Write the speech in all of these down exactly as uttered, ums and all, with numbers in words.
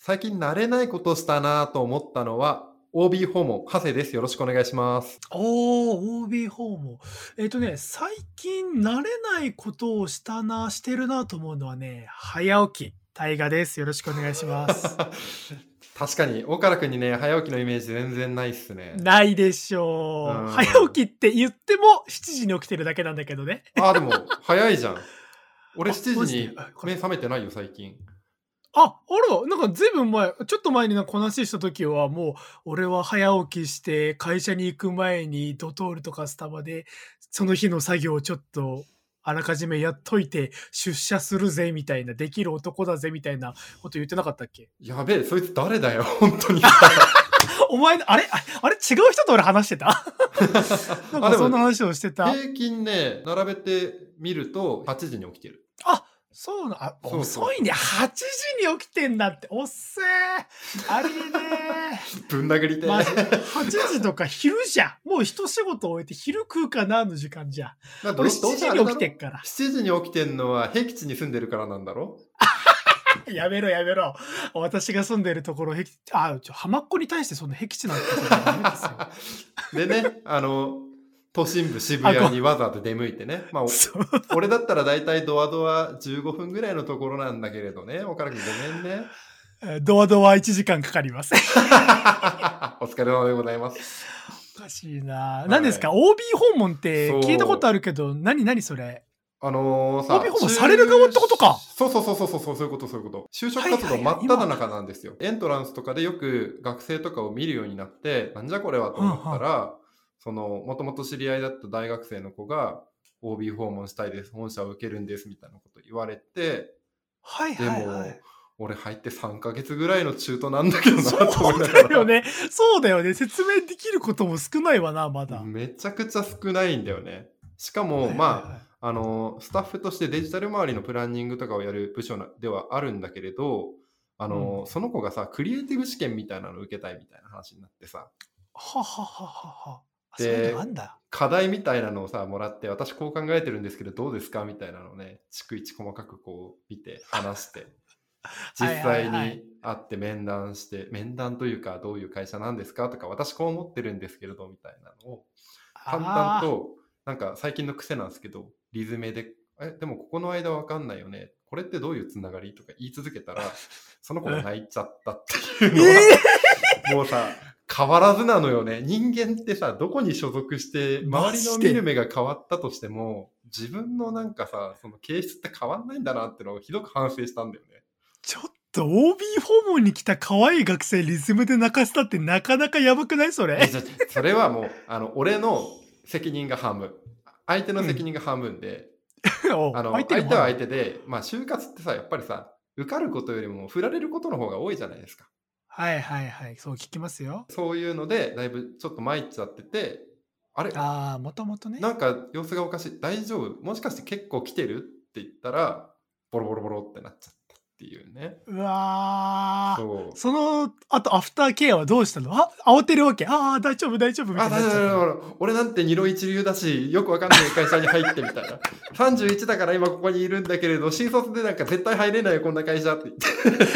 最近慣れないことしたなと思ったのは、オービー 訪問、長谷です。よろしくお願いします。 おー、オービー 訪問。えっとね、最近慣れないことをしたな、してるなと思うのはね、早起き、大河です。よろしくお願いします。 確かに、岡田くんにね、早起きのイメージ全然ないっすね。 ないでしうょう。早ん。 起きって言ってもしちじに起きてるだけなんだけどね。 ああ、でも、早いじゃん。俺あ、 7時マジでにあ、これ。 目覚めてないよ、最近。 あ、あら、なんかずいぶん前、ちょっと前になんかこの話した時はもう、俺は早起きして会社に行く前にドトールとかスタバで、その日の作業をちょっとあらかじめやっといて出社するぜみたいな、できる男だぜみたいなこと言ってなかったっけ？ やべえ、そいつ誰だよ、本当にさ。 お前の、あれああれ違う人と俺話してた？なんあ、でも、 かそんな話をしてた。 平均ね、並べてみると、はちじに起きてる。 あ、そうな、あ、 そうそうそう。 遅いね。はちじに起きてんだって。おっせー。ありえねー。 ぶん殴りてマジ、 ー。 はちじとか昼じゃん。もう一仕事終えて昼食うかなの時間じゃん。 だど俺どう 7時に起きてせあれだろっから。 ?しち 時に起きてんのは、僻地に住んでるからなんだろやめろやめろ。私が住んでるところ、僻地、あ、ちょ、浜っ子に対してそんな僻地なんてことはダメですよ。 でね、あの、都心部渋あ、ご、 谷にわざわざ出向いてね。まあ、おそう。 俺だったらだいたいドアドアじゅうごふんぐらいのところなんだけれどね。岡田君ごめんね。 ドアドアいちじかんかかります。 お疲れ様でございます。 おかしいな。何ですか？ はい。 オービー 訪問って聞いたことあそう。 るけど、何何それ？ あのーオービーさ、 訪問される側就ってことか。 そうそうそうそうそう、そういうこと、そういうこと。就職活動はいはいはい。今、 真っ只中なんですよ。エントランスとかでよく学生とかを見るようになって、なんじゃこれはと思ったはんはん。 ら、その、もともと知り合いだった大学生の子が、オービー 訪問したいです、本社を受けるんですみたいなこと言われて、 はいではいはい。 も、俺入ってさんかげつぐらいの中途なんだけどなそうと思いながら、 だよね。そうだよね。説明できることも少ないわな、まだ。 めちゃくちゃ少ないんだよね。しかも、 はいはいまはい。 あ、あの、スタッフとしてデジタル周りのプランニングとかをやる部署なではあるんだけれど、あうん。 の、その子がさ、クリエイティブ試験みたいなのを受けたいみたいな話になってさ、 ははははは。あ、そういうのがあで、 んだ。 課題みたいなのをさ、もらって、私こう考えてるんですけど、どうですかみたいなのをね、逐一細かくこう見て、話して、 はい実はいはい。 際に会って面談して、面談というか、どういう会社なんですかとか、私こう思ってるんですけれど、みたいなのを、淡々 あと、なんか最近の癖なんですけど、リズメで、え、でもここの間わかんないよね。これってどういうつながりとか言い続けたら、その子あ。 がうん。 泣いちゃったっていうえのは、 えもうさ、変わらずなのよね。人間ってさ、どこに所属して、 ー、マ周りの見るジで。 目が変わったとしても、自分のなんかさ、その形質って変わんないんだなってのをひどく反省したんだよね。 ちょっと オービー 訪問に来た可愛い学生リズムで泣かせたってなかなかやばくないそえ、 れ？ じゃ、それはもう、あの、俺の責任が半分。相手のうん。 責任が半分で、 おう、相あの、相手は相手にもあんの？ 手で、まあ、就活ってさ、やっぱりさ、受かることよりも振られることの方が多いじゃないですか。 はいはいはい。そう聞きますよ。 そういうので、だいぶちょっと参っちゃってて、あれ、 ああ、もともとね。 なんか様子がおかしい、大丈夫もしかして結構来てるって言ったら、ボロボロボロってなっちゃったっていうね。 うわー。 そう。 その後アフターケアはどうしたの？あ、慌てるわけ？ああ、大丈夫大丈夫みたあ、 いにだだだなっちゃったの？ だ俺なんて二浪一流だし、よくわかんない会社に入ってみたいな。さんじゅういちだから今ここにいるんだけれど、新卒でなんか絶対入れないよ、こんな会社って言って。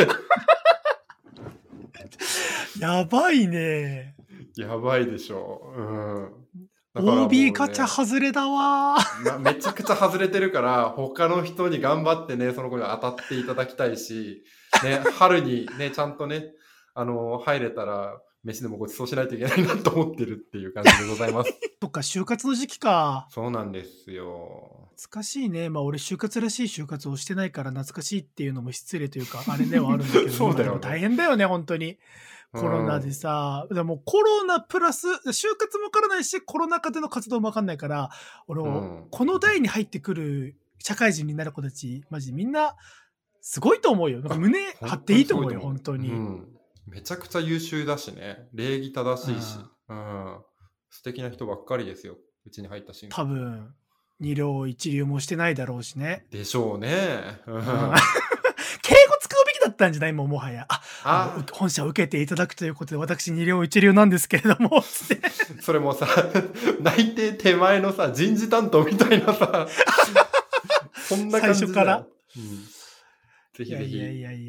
やばいね。 やばいでしょ。うん。だからオービー ガチャもうね、 外れだわー。 ま、めちゃくちゃ外れてるから、他の人に頑張ってね、その子に当たっていただきたいし、ね、春にね、ちゃんとね、あの、入れたら、飯でもご馳走しないといけないなと思ってるっていう感じでございます。 そっか、就活の時期か。 そうなんですよ。 懐かしいね。まあ俺就活らしい就活をしてないから懐かしいっていうのも失礼というか、あれではあるんだけど、今でも大そうだよね。 変だよね、本当に。 うコロナでん。 さ、でもコロナプラス、就活もわからないし、コロナ禍での活動もわかんないから、俺、 うん。 この代に入ってくる社会人になる子たち、マジみんな、すごいと思うよ。なんかあ、 胸張って本当にいいと思うよ、 すごいと思う。 本当に。 うん。めちゃくちゃ優秀だしね。礼儀正うん。 しいし。うん。素敵な人ばっかりですよ。うちに入った新多卒。 分、二浪一流もしてないだろうしね。 でしょうね。ううん。 ん。 敬語使うべきだったんじゃない？もうもはや。あ、あの、 あ本社を受けていただくということで、私二両一流なんですけれども、つって。 あ、それもさ、内定手前のさ、人事担当みたいなさ、そんな最感じじゃん。 初から。 うん。ぜいやいやひぜひ。 いやいや。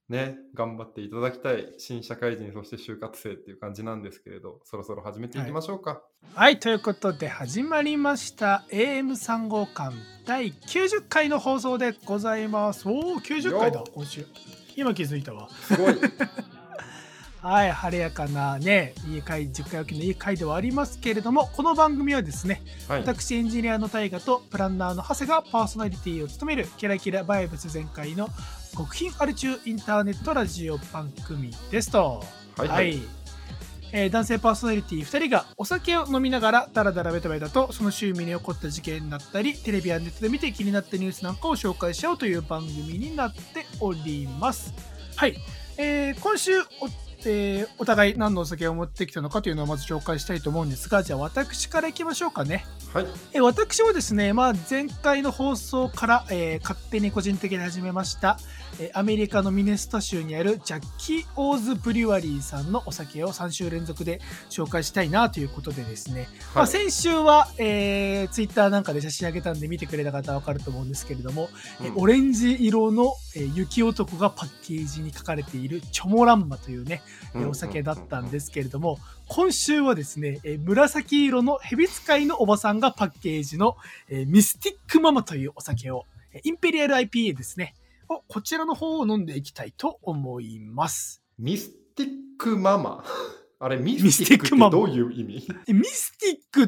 ね、頑張っていただきたい新社会人、そして就活生っていう感じなんですけれど、そろそろ始めていきましょうか。 はい、ということで始まりました エーエムさん 号館だいきゅうじゅっかいの放送でございます。おお、きゅうじゅっかいだ、今週。今気づいたわ。 すごい。 はい、晴れやかなね、いい回、じゅっかいおきのいい回ではありますけれども、この番組はですね、はい、私エンジニアの大河とプランナーの長谷がパーソナリティを務めるキラキラバイブス全開の極貧アル中インターネットラジオ番組ですと。はい、はいはい、えー、男性パーソナリティふたりがお酒を飲みながらダラダラベタベタとその週に起こった事件だったり、テレビやネットで見て気になったニュースなんかを紹介しようという番組になっております。はい、えー、今週おえー、お互い何のお酒を持ってきたのかというのをまず紹介したいと思うんですが、じゃあ私からいきましょうかね。 はい、 え私はですね、まあ、前回の放送から、えー、勝手に個人的に始めました、えー、アメリカのミネソタ州にあるジャッキー・オーズ・ブリュワリーさんのお酒をさん週連続で紹介したいなということでですね、はい、まあ、先週は、えー、ツイッターなんかで写真あげたんで見てくれた方は分かると思うんですけれども、うん、えオレンジ色の、えー、雪男がパッケージに書かれているチョモランマというね、うん、お酒だったんですけれども、今週はですね、えー、紫色の蛇使いのおばさんがパッケージの、えー、ミスティックママというお酒を、インペリアル アイピーエー ですね、をこちらの方を飲んでいきたいと思います。 ミスティックママあれミスティックってどういう意味？ ミスティックって、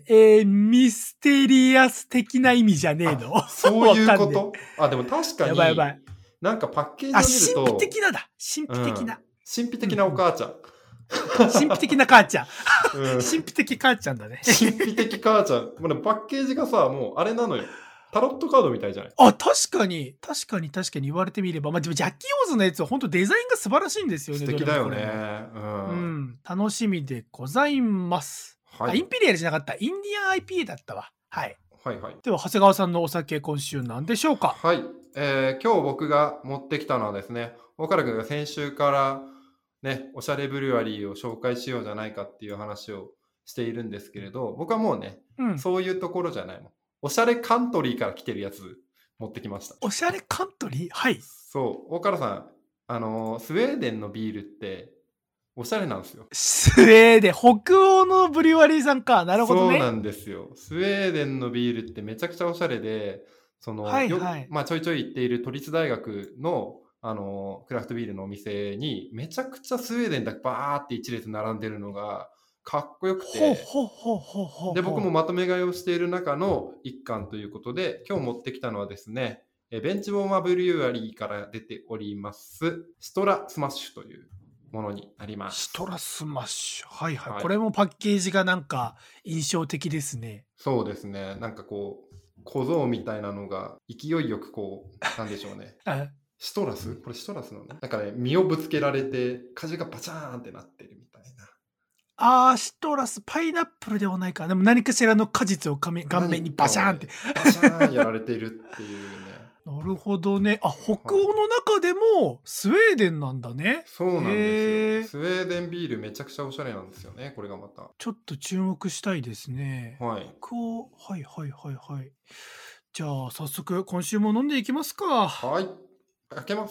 えー、ミステリアス的な意味じゃねえの？ そういうことあ、でも確かにやばいやばい、 なんかパッケージを見ると神秘的なだ神秘的な、うん、 神秘的なお母ちゃん、うん神秘的な母ちゃん、うん、神秘的母ちゃんだね。 神秘的母ちゃん。まあ、パッケージがさ、もうあれなのよ。タロットカードみたいじゃない？ あ、確かに確かに確かに言われてみれば、まあ、でもジャッキー・オーズのやつは本当デザインが素晴らしいんですよね。 素敵だよね。 うん、うん、楽しみでございます。はい、あ、インペリアルじゃなかった。インディアン アイピーエー だったわ。はい。 はいはい。 では長谷川さんのお酒今週何でしょうか？ はい。えー、今日僕が持ってきたのはですね、岡田君が先週からね、おしゃれブリュワリーを紹介しようじゃないかっていう話をしているんですけれど、僕はもうね、うん、そういうところじゃないもん。おしゃれカントリーから来てるやつ持ってきました。 おしゃれカントリー？はい。 そう、岡田さん、あのスウェーデンのビールっておしゃれなんですよ。 スウェーデン、北欧のブリュワリーさんか。なるほどね。 そうなんですよ。スウェーデンのビールってめちゃくちゃおしゃれで、その、 はいはい、 まあ、ちょいちょい行っている都立大学のあのクラフトビールのお店にめちゃくちゃスウェーデンだけバーって一列並んでるのがかっこよくて、で僕もまとめ買いをしている中の一環ということで、今日持ってきたのはですね、ベンチボーマブリュワリーから出ておりますストラスマッシュというものになります。 ストラスマッシュ、はいはい、はい、これもパッケージがなんか印象的ですね。 そうですね、なんかこう小僧みたいなのが勢いよくこうなんでしょうねシトラスこれシトラスなの？なんかね、身をぶつけられて果汁がバチャーンってなってるみたいな。 あー、シトラス、パイナップルではないか。でも何かしらの果実を顔面にバシャーンって、ね、 バシャーンやられているっていうね。 なるほどね。あ、北欧の中でもスウェーデンなんだね。 そうなんですよ。スウェーデンビールめちゃくちゃおしゃれなんですよね、これがまた。 ちょっと注目したいですね。 はい。 北欧、はいはいはいはい。じゃあ早速今週も飲んでいきますか。 はい。開けます。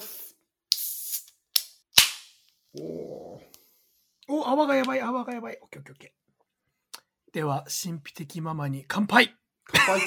おお、泡がやばい、泡がやばい。オッケーオッケーオッケー。では神秘的ママに乾杯。 乾杯。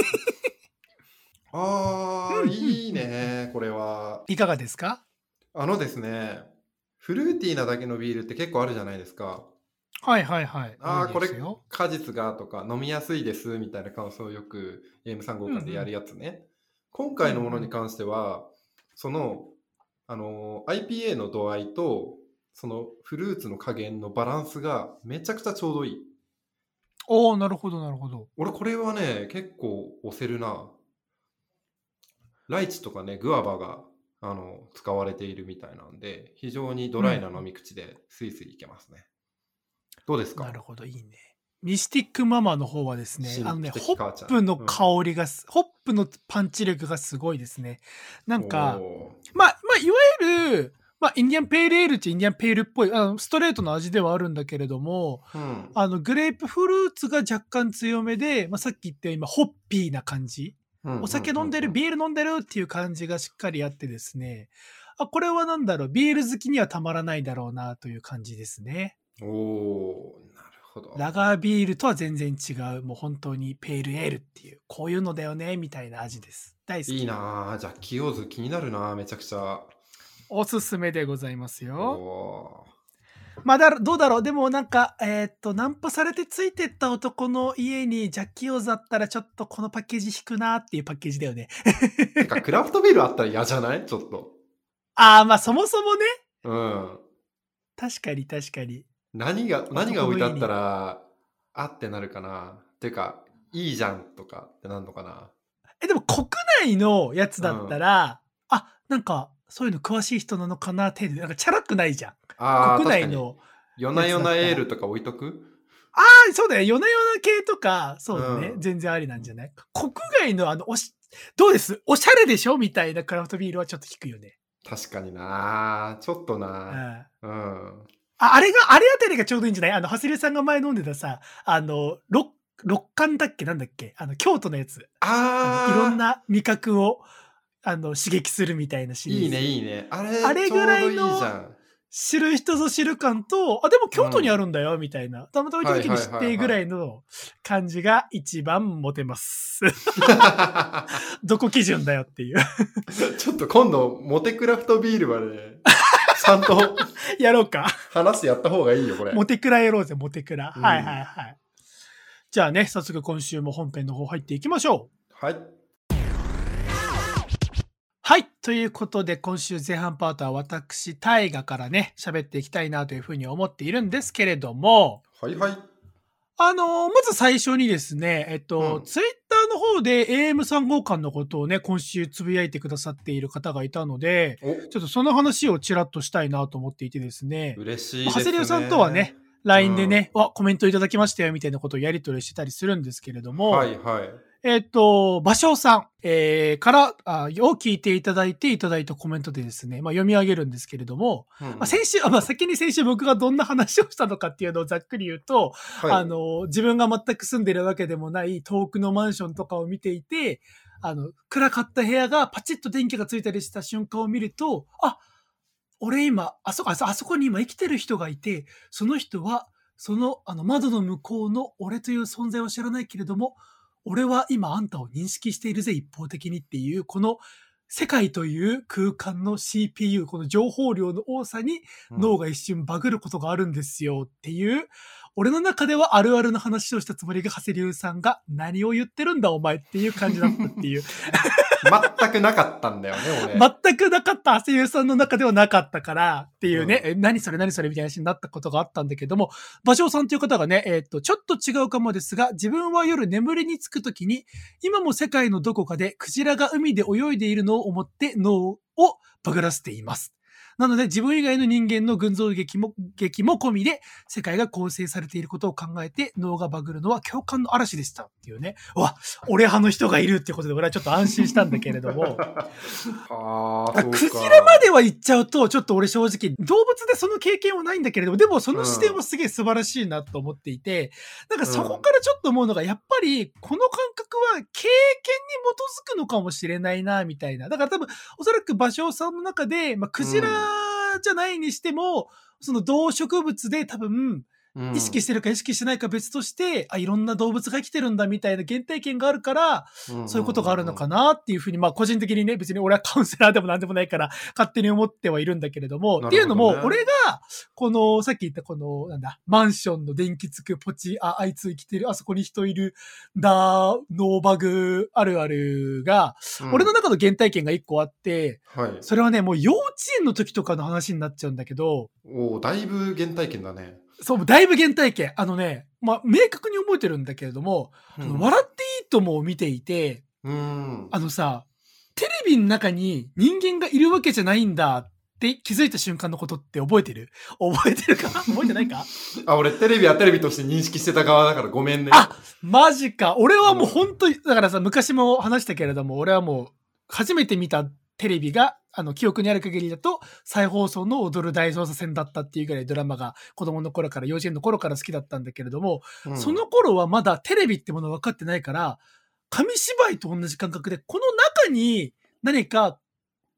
あー、いいね、これは。 いかがですか？ あのですね、フルーティーなだけのビールって結構あるじゃないですか。 はいはいはい。 ああ、これ果実がとか飲みやすいですみたいな感想をよく エーエムさん 号館でやるやつね。うんうん、今回のものに関しては、うんうん、その、あの アイピーエー の度合いとそのフルーツの加減のバランスがめちゃくちゃちょうどいい。 おお、なるほどなるほど。 俺これはね結構押せるな。ライチとかね、グアバがあの使われているみたいなんで、非常にドライな飲み口でスイスイいけますね。うん、どうですか？ なるほど、いいね。ミスティックママの方はですね、あのね、ホップの香りが、うん、ホップのパンチ力がすごいですね。なんか、まあ、まあ、いわゆる、まあ、インディアンペールエールってインディアンペールっぽい、あのストレートの味ではあるんだけれども、うん、あのグレープフルーツが若干強めで、まあ、さっき言った今、ホッピーな感じ。お酒飲んでる、ビール飲んでるっていう感じがしっかりあってですね、 あ、これはなんだろう、ビール好きにはたまらないだろうなという感じですね。 おお、なるほど。 ラガービールとは全然違う、もう本当にペールエールっていう、こういうのだよね、みたいな味です。大好き。 いいなぁ。ジャッキー・オーズ気になるなぁ、めちゃくちゃ。 おすすめでございますおよ。 おまあだ、どうだろう。でもなんか、えーっと、ナンパされてついてった男の家にジャッキーオーズだったらちょっとこのパッケージ引くなっていうパッケージだよね。 ー。てか、クラフトビールあったら嫌じゃないちょっと。 ああ、まあそもそもね。 うん。 確かに確かに。 何が、何が男の家に置いてあったら、あってなるかな。てか、いいじゃんとかってなんのかな。 え、でも国内のやつだったうん。 ら、あ、なんかそういうの詳しい人なのかな程度で、なんかチャラくないじゃん。 ああ、 国確かに。 内の夜な夜なやつだったら。 エールとか置いとくああ、そうだね。夜な夜な系とか、そうだね。 うん。 全然ありなんじゃない？国外のあの、おし、どうです？おしゃれでしょみたいなクラフトビールはちょっと引くよね。 確かにな。ちょっとうな。 ん。 うん。 あ、あれが、あれあたりがちょうどいいんじゃない？あの、長谷部さんが前飲んでたさ、あの、六、六貫だっけなんだっけあの、京都のやつ。あの、いろんああ、 な味覚を、あの、刺激するみたいなシリいいね、 ーズ。 いいね。あれ、 あれぐちょうどいいじらいのゃん。 知る人ぞ知る感と、あ、でも京都にあうん。 るんだよ、みたいな。たまたま行った時にはいはい知ってぐらはいはい。 いの感じが一番モテます。どこ基準だよっていう。 ちょっと今度、モテクラフトビールはね、ちゃんとやろうか。 話してやった方がいいよ、これ。 モテクラやろうぜ、モテクラ。はいはいうん。 はい。じゃあね、早速今週も本編の方入っていきましょう。 はい。 はい。ということで、今週前半パートは私、大河からね、喋っていきたいなというふうに思っているんですけれども、 はいはい。 あのーまず最初にですね、えっと、 うん。 ツイッターの方で エーエムさん 号館のことをね、今週つぶやいてくださっている方がいたので、 お、 ちょっとその話をちらっとしたいなと思っていてですね、 嬉しまあ、長いです谷流さんとはね、 ね。うライン でん。 ね、わ、コメントいただきましたよみたいなことをやり取りしてたりするんですけれども、 はいはい。 えっと、芭蕉さん、えーからあ、を聞いていただいていただいたコメントでですね、まあ、読み上げるんですけれども、まあ、 うんうん。 先週、あまあ、先に先週僕がどんな話をしたのかっていうのをざっくり言うと、 はい。 あの、自分が全く住んでるわけでもない遠くのマンションとかを見ていて、あの、暗かった部屋がパチッと電気がついたりした瞬間を見ると、あ、俺今、あそこ、あそあそこに今生きてる人がいて、その人は、その、あの、窓の向こうの俺という存在を知らないけれども、俺は今あんたを認識しているぜ、一方的にっていう、この世界という空間の シーピーユー、この情報量の多さにうん。 脳が一瞬バグることがあるんですよっていう、俺の中ではあるあるの話をしたつもりが、長谷流さんが何を言ってるんだお前っていう感じだったっていう。 全くなかったんだよね、俺。 全くなかった、声優さんの中ではなかったからっていうね、 うん。 え何それ何それみたいな話になったことがあったんだけども、芭蕉さんという方がね、えーっと、ちょっと違うかもですが、自分は夜眠りにつくときに、今も世界のどこかでクジラが海で泳いでいるのを思って脳をバグらせています。なので自分以外の人間の群像劇も、劇も込みで世界が構成されていることを考えて脳がバグるのは共感の嵐でしたっていうね。うわ、俺派の人がいるってことで俺はちょっと安心したんだけれども。 はあ、 あ、 そうクジラまか。 では行っちゃうと、ちょっと俺正直、動物でその経験はないんだけれども、でもその視点はうん。 すげえ素晴らしいなと思っていて、なんかそこうん。 からちょっと思うのが、やっぱりこの感覚は経験に基づくのかもしれないな、みたいな。だから多分、おそらく芭蕉さんの中で、まあ、クジラうん。 じゃないにしても、その動植物で多分、 う意識しん。 てるか意識してないか別として、あ、いろんな動物が生きてるんだみたいな原体験があるから、 うんそういうことがあるのうんうんかなっていうふうに、まあ個人的にね、別に俺はカウンセラーでもなんでもないから勝手に思ってはいるんだけれども、っなていうのも、 るほどね。 俺が、この、さっき言ったこの、なんだ、マンションの電気つくポチ、あ、あいつ生きてる、あそこに人いる、だ、ノーバグあるあるが、俺のうん。 中の原体験が一個あって、 はい。 それはね、もう幼稚園の時とかの話になっちゃうんだけど、 おお、だいぶ原体験だね。 そう、だいぶ原体験。あのね、まあ、明確に覚えてるんだけれども、あの、 うん。 笑っていいともを見ていて、 うーん。 あのさ、テレビの中に人間がいるわけじゃないんだって気づいた瞬間のことって覚えてる？覚えてるか？覚えてないか？ あ、俺テレビはテレビとして認識してた側だからごめんね。 あ、マジか。俺はもううん。 本当に、だからさ、昔も話したけれども、俺はもう初めて見たテレビが、あの、記憶にある限りだと、再放送の踊る大捜査線だったっていうぐらいドラマが子供の頃から、幼稚園の頃から好きだったんだけれども、 うん。 その頃はまだテレビってもの分かってないから、紙芝居と同じ感覚で、この中に何か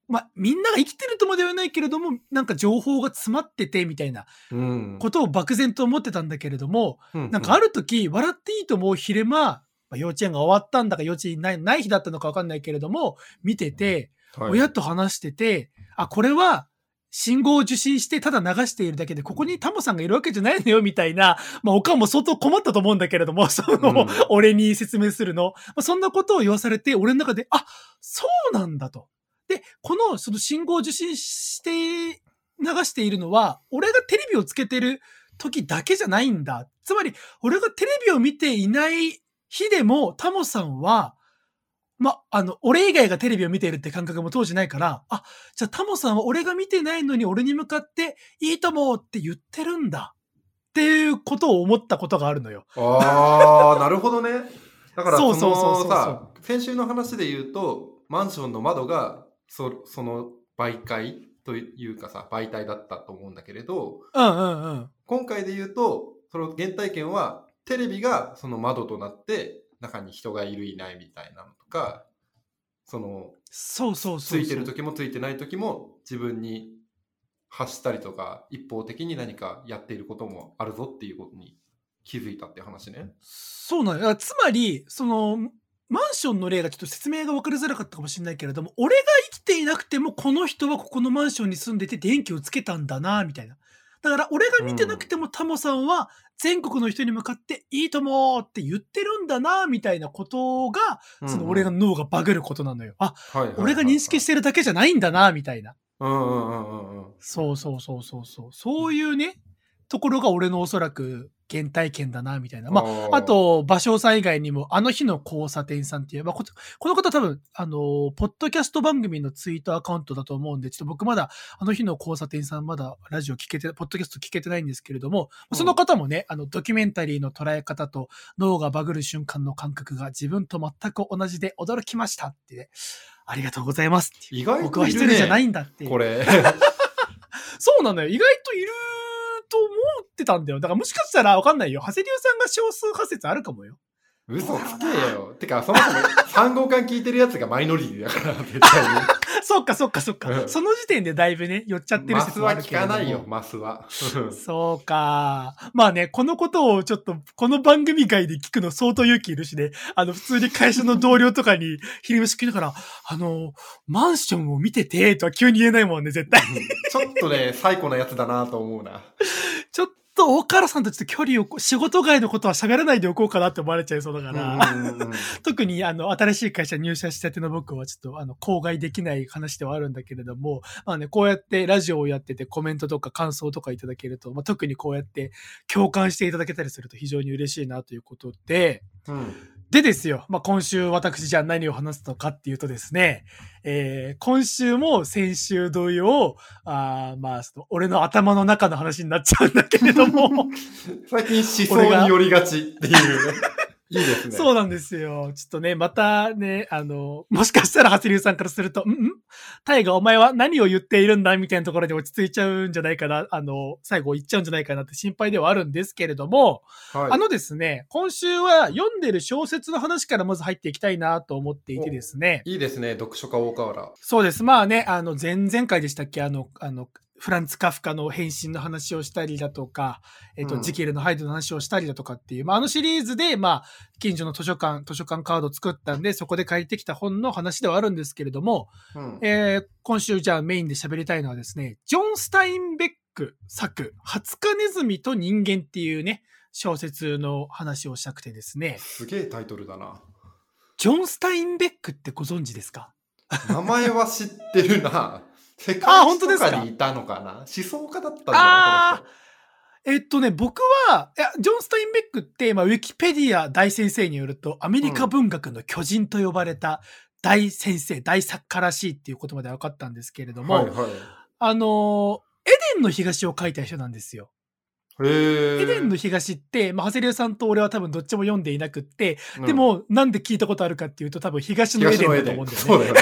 まあ、みんなが生きてるとまではないけれども、なんか情報が詰まってて、みたいなうん。 ことを漠然と思ってたんだけれども、 うんなんかある時、笑っていいとも昼間、まあ、幼稚園が終わったんだか幼稚園ないない日だったのかわかんないけれども、見てて、 はい、 親と話してて、あ、これは信号を受信してただ流しているだけで、ここにタモさんがいるわけじゃないのよ、みたいな、まあ、おかんも相当困ったと思うんだけれども、その、 うん俺に説明するの。まあ、そんなことを言わされて、俺の中で、あ、そうなんだと。で、この、その信号を受信して流しているのは、俺がテレビをつけてる時だけじゃないんだ。つまり、俺がテレビを見ていない日でも、タモさんは、ま、あの、俺以外がテレビを見ているって感覚も当時ないから、あ、じゃあタモさんは俺が見てないのに俺に向かって、いいともって言ってるんだ。っていうことを思ったことがあるのよ。 ああ、なるほどね。だからそのそうそうそうそうそうさ、先週の話で言うと、マンションの窓がそその媒介というかさ、媒体だったと思うんだけれど、 うんうんうん。 今回で言うと、その原体験はテレビがその窓となって中に人がいるいないみたいなのとか、そのそうそうそうそう。 ついてる時もついてない時も自分に発したりとか一方的に何かやっていることもあるぞっていうことに気づいたっていう話ね。 そうなんだ。つまり、その、マンションの例がちょっと説明が分かりづらかったかもしれないけれども、俺が生きていなくてもこの人はここのマンションに住んでて電気をつけたんだな、みたいな。だから俺が見てなくてもタモさんは全国の人に向かっていいともって言ってるんだな、みたいなことが、その俺が脳がバグることなのよ。あ、俺が認識してるだけじゃないんだな、みたいな。 うんうんうんうんうん。 そうそうそうそうそう。そういうね、ところが俺のおそらく原体験だな、みたいな。まあ、あと、芭蕉さん以外にも、あの日の交差点さんっていう、まあ、こ, この方多分、あのー、ポッドキャスト番組のツイートアカウントだと思うんで、ちょっと僕まだ、あの日の交差点さんまだラジオ聞けて、ポッドキャスト聞けてないんですけれども、その方もね、あの、ドキュメンタリーの捉え方と脳がバグる瞬間の感覚が自分と全く同じで驚きましたってね、ありがとうございますっていう。 意外といるね、 僕は一人じゃないんだっていう。 これ。 そうなのよ。意外といると思ってたんだよ。だからもしかしたらわかんないよ。長谷流さんが少数派説あるかもよ。 嘘つけよ。てか、そもそもさん号館聞いてるやつがマイノリティだから、絶対に。 そっかそっかそっか、うん。その時点でだいぶね、寄っちゃってる説もあるけども。 マスは聞かないよ、マスは。 そうか。まあね、このことをちょっと、この番組外で聞くの相当勇気いるしね、あの、普通に会社の同僚とかに昼飯食いながら、あの、マンションを見てて、とは急に言えないもんね、絶対。 ちょっとね、最高なやつだなと思うな。 ちょっと、大河原さんとちょっと距離を、仕事外のことは喋らないでおこうかなって思われちゃいそうだから。うんうんうん、特に、あの、新しい会社入社したての僕はちょっと、あの、口外できない話ではあるんだけれども、まあね、こうやってラジオをやっててコメントとか感想とかいただけると、まあ、特にこうやって共感していただけたりすると非常に嬉しいなということで、うんでですよ。まあ、今週私じゃあ何を話すのかっていうとですね、えー、今週も先週同様、あまあ、その俺の頭の中の話になっちゃうんだけれども。 最近思想に寄りがちっていうね。いいですね。 そうなんですよ。ちょっとね、またね、あの、もしかしたら長谷流さんからすると、んんタイガお前は何を言っているんだみたいなところで落ち着いちゃうんじゃないかな、あの、最後言っちゃうんじゃないかなって心配ではあるんですけれども、はい、あのですね、今週は読んでる小説の話からまず入っていきたいなと思っていてですね。 いいですね、読書家大河原。 そうです。まあね、あの、前々回でしたっけ、あの、あの、フランツ・カフカの変身の話をしたりだとか、えっと、うん、ジケルのハイドの話をしたりだとかっていう、まあ、あのシリーズで、まあ、近所の図書館、図書館カードを作ったんで、そこで借りてきた本の話ではあるんですけれども、うん、えー、今週じゃあメインで喋りたいのはですね、ジョン・スタインベック作、ハツカネズミと人間っていうね、小説の話をしたくてですね。 すげえタイトルだな。 ジョン・スタインベックってご存知ですか？ 名前は知ってるな。世界史とかにいたのかな？思想家だったんじゃないかな。えっとね、僕は、いや、ジョン・スタインベックって、まあ、ウィキペディア大先生によると、アメリカ文学の巨人と呼ばれた大先生、うん、大作家らしいっていうことまで分かったんですけれども、はいはい、あの、エデンの東を書いた人なんですよ。 へエデンの東って、まあ、長谷流さんと俺は多分どっちも読んでいなくって、うん、でも、なんで聞いたことあるかっていうと、多分東のエデンだと思うんだよね。 そうだよね。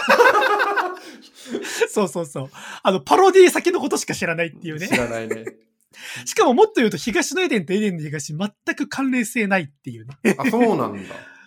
そうそうそう。あの、パロディ先のことしか知らないっていうね。 知らないね。 しかももっと言うと、東のエデンとエデンの東、全く関連性ないっていうね。 あ、そうなんだ。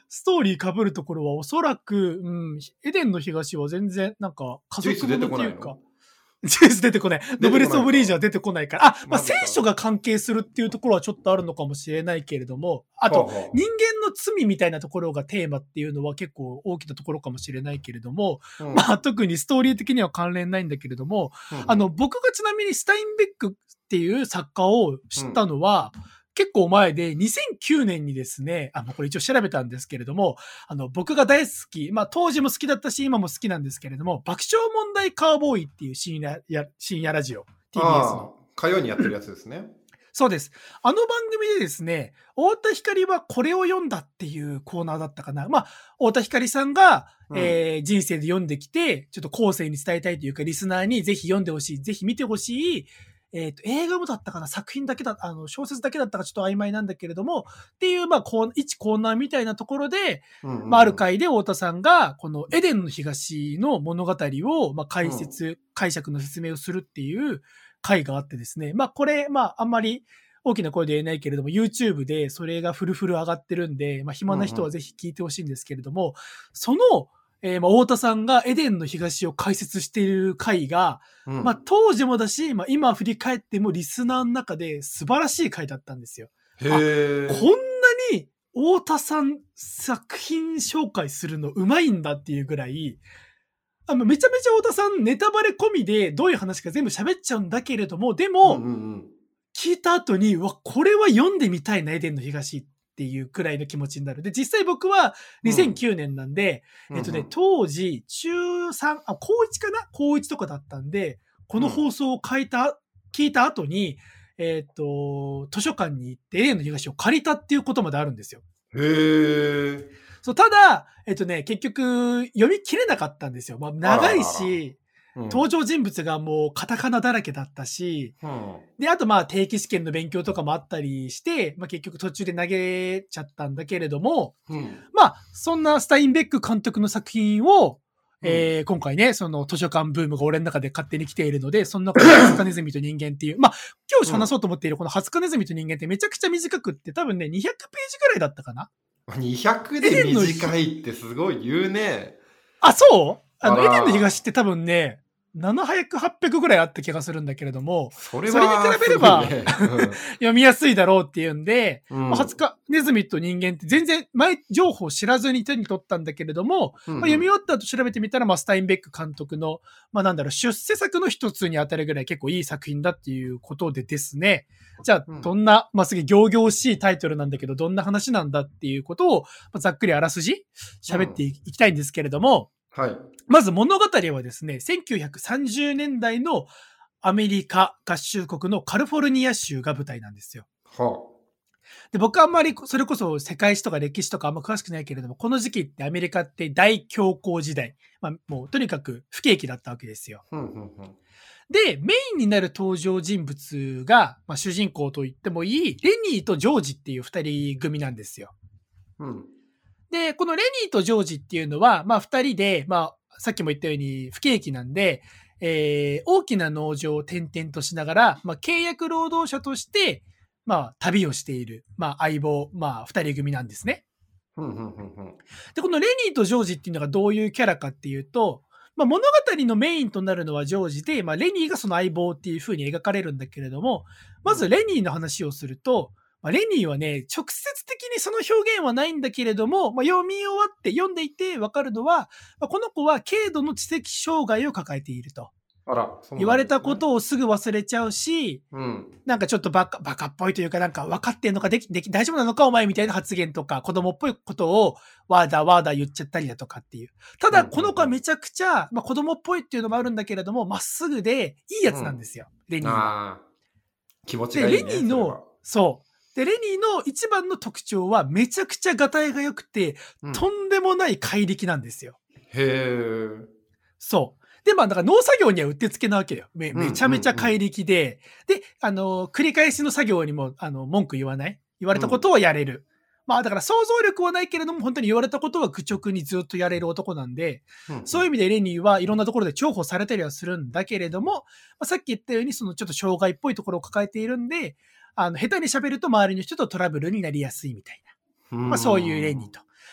ストーリー被るところはおそらく、うん、エデンの東は全然、なんか、家族ものっていうか、ジュース出てこない。ノブレス・オブ・リージは出てこないから。あ、まあ、聖書が関係するっていうところはちょっとあるのかもしれないけれども、あと、人間の罪みたいなところがテーマっていうのは結構大きなところかもしれないけれども、うん、まあ、特にストーリー的には関連ないんだけれども、うんうん、あの、僕がちなみにスタインベックっていう作家を知ったのは、うん結構前で、にせんきゅうねんにですね、あ、もうこれ一応調べたんですけれども、あの、僕が大好き、まあ当時も好きだったし、今も好きなんですけれども、爆笑問題カーボーイっていう深夜や深夜ラジオ、ティービーエス の。 火曜にやってるやつですね。 そうです。あの番組でですね、太田光はこれを読んだっていうコーナーだったかな。まあ、太田光さんが、うん、えー、人生で読んできて、ちょっと後世に伝えたいというか、リスナーにぜひ読んでほしい、ぜひ見てほしい、えっと、映画もだったかな作品だけだ、あの、小説だけだったかちょっと曖昧なんだけれども、っていう、まあ、こう、一コーナーみたいなところで、うんうん、まあ、ある回で太田さんが、このエデンの東の物語を、まあ、解説、うん、解釈の説明をするっていう回があってですね、まあ、これ、まあ、あんまり大きな声で言えないけれども、YouTube でそれがフルフル上がってるんで、まあ、暇な人はぜひ聞いてほしいんですけれども、うんうん、その、えー、まあ、太田さんがエデンの東を解説している回が、うん、まあ、当時もだし、まあ、今振り返ってもリスナーの中で素晴らしい回だったんですよ。 へー。 あ、こんなに太田さん作品紹介するのうまいんだっていうぐらい、あのめちゃめちゃ太田さんネタバレ込みでどういう話か全部喋っちゃうんだけれども、でも、うんうんうん、聞いた後に、わ、これは読んでみたいな、エデンの東っていうくらいの気持ちになる。で、実際僕はにせんきゅうねんなんで、うん、えっとね、当時、中さん、あ、高いちかな高いちとかだったんで、この放送を書いた、聞いた後に、えっと、図書館に行って、エデンの東を借りたっていうことまであるんですよ。 へー。 そう、ただ、えっとね、結局、読み切れなかったんですよ。まあ、長いし、うん、登場人物がもうカタカナだらけだったし、うん、で、あとまあ定期試験の勉強とかもあったりして、まあ結局途中で投げちゃったんだけれども、うん、まあそんなスタインベック監督の作品を、えーうん、今回ね、その図書館ブームが俺の中で勝手に来ているので、そんなこのハツカネズミと人間っていう、まあ今日話そうと思っているこのハツカネズミと人間ってめちゃくちゃ短くって多分ね、にひゃくページぐらいだったかな。 にひゃくで短いってすごい言うね。 あ、そうあの、エデンの東って多分ね、ななひゃく、はっぴゃくぐらいあった気がするんだけれども、それ, それに比べれば、ねうん、読みやすいだろうっていうんで、うん、まあ、はつかネズミと人間って全然前情報を知らずに手に取ったんだけれども、うんうんまあ、読み終わった後調べてみたら、まあ、スタインベック監督の、まあなんだろう、出世作の一つに当たるぐらい結構いい作品だっていうことでですね、じゃあ、どんな、まあ、すげえ仰々しいタイトルなんだけど、どんな話なんだっていうことを、まあ、ざっくりあらすじ喋っていきたいんですけれども、 はい。 まず物語はですね、せんきゅうひゃくさんじゅうねんだいのアメリカ合衆国のカリフォルニア州が舞台なんですよ。 はあ、 で僕はあんまりそれこそ世界史とか歴史とかあんま詳しくないけれども、この時期ってアメリカって大恐慌時代、まあ、もうとにかく不景気だったわけですよ。 うんうんうん、 で、メインになる登場人物が、まあ、主人公と言ってもいい、レニーとジョージっていう二人組なんですよ。 うんで、このレニーとジョージっていうのは、まあ二人で、まあさっきも言ったように不景気なんで、えー、大きな農場を転々としながら、まあ契約労働者として、まあ旅をしている、まあ相棒、まあ二人組なんですね。 うんうんうんうん、 で、このレニーとジョージっていうのがどういうキャラかっていうと、まあ物語のメインとなるのはジョージで、まあレニーがその相棒っていう風に描かれるんだけれども、まずレニーの話をすると、まあ、レニーはね、直接的にその表現はないんだけれども、まあ、読み終わって読んでいて分かるのは、まあ、この子は軽度の知的障害を抱えていると。 あら、そうなんですね。 言われたことをすぐ忘れちゃうし、 うん、 なんかちょっとバカ、バカっぽいというか、なんか分かってんのかでき、でき、大丈夫なのかお前みたいな発言とか、子供っぽいことをワーダーワーダー言っちゃったりだとかっていう。ただ、この子はめちゃくちゃ、まあ、子供っぽいっていうのもあるんだけれども、まっすぐでいいやつなんですよ、うん、レニーは。 あ気持ちがいいね。 で、レニーの、そう。で、レニーの一番の特徴はめちゃくちゃガタイが良くて、うん、とんでもない怪力なんですよ。 へー。 そう。で、まあ、だから農作業にはうってつけなわけよ。め、めちゃめちゃ怪力で、うんうんうん、で、あの、繰り返しの作業にも、あの、文句言わない。言われたことをやれる。うん、まあ、だから想像力はないけれども、本当に言われたことは愚直にずっとやれる男なんで、うんうん、そういう意味でレニーはいろんなところで重宝されたりはするんだけれども、まあ、さっき言ったように、そのちょっと障害っぽいところを抱えているんで、あの、下手に喋ると周りの人とトラブルになりやすいみたいな。まあそういうレニーと。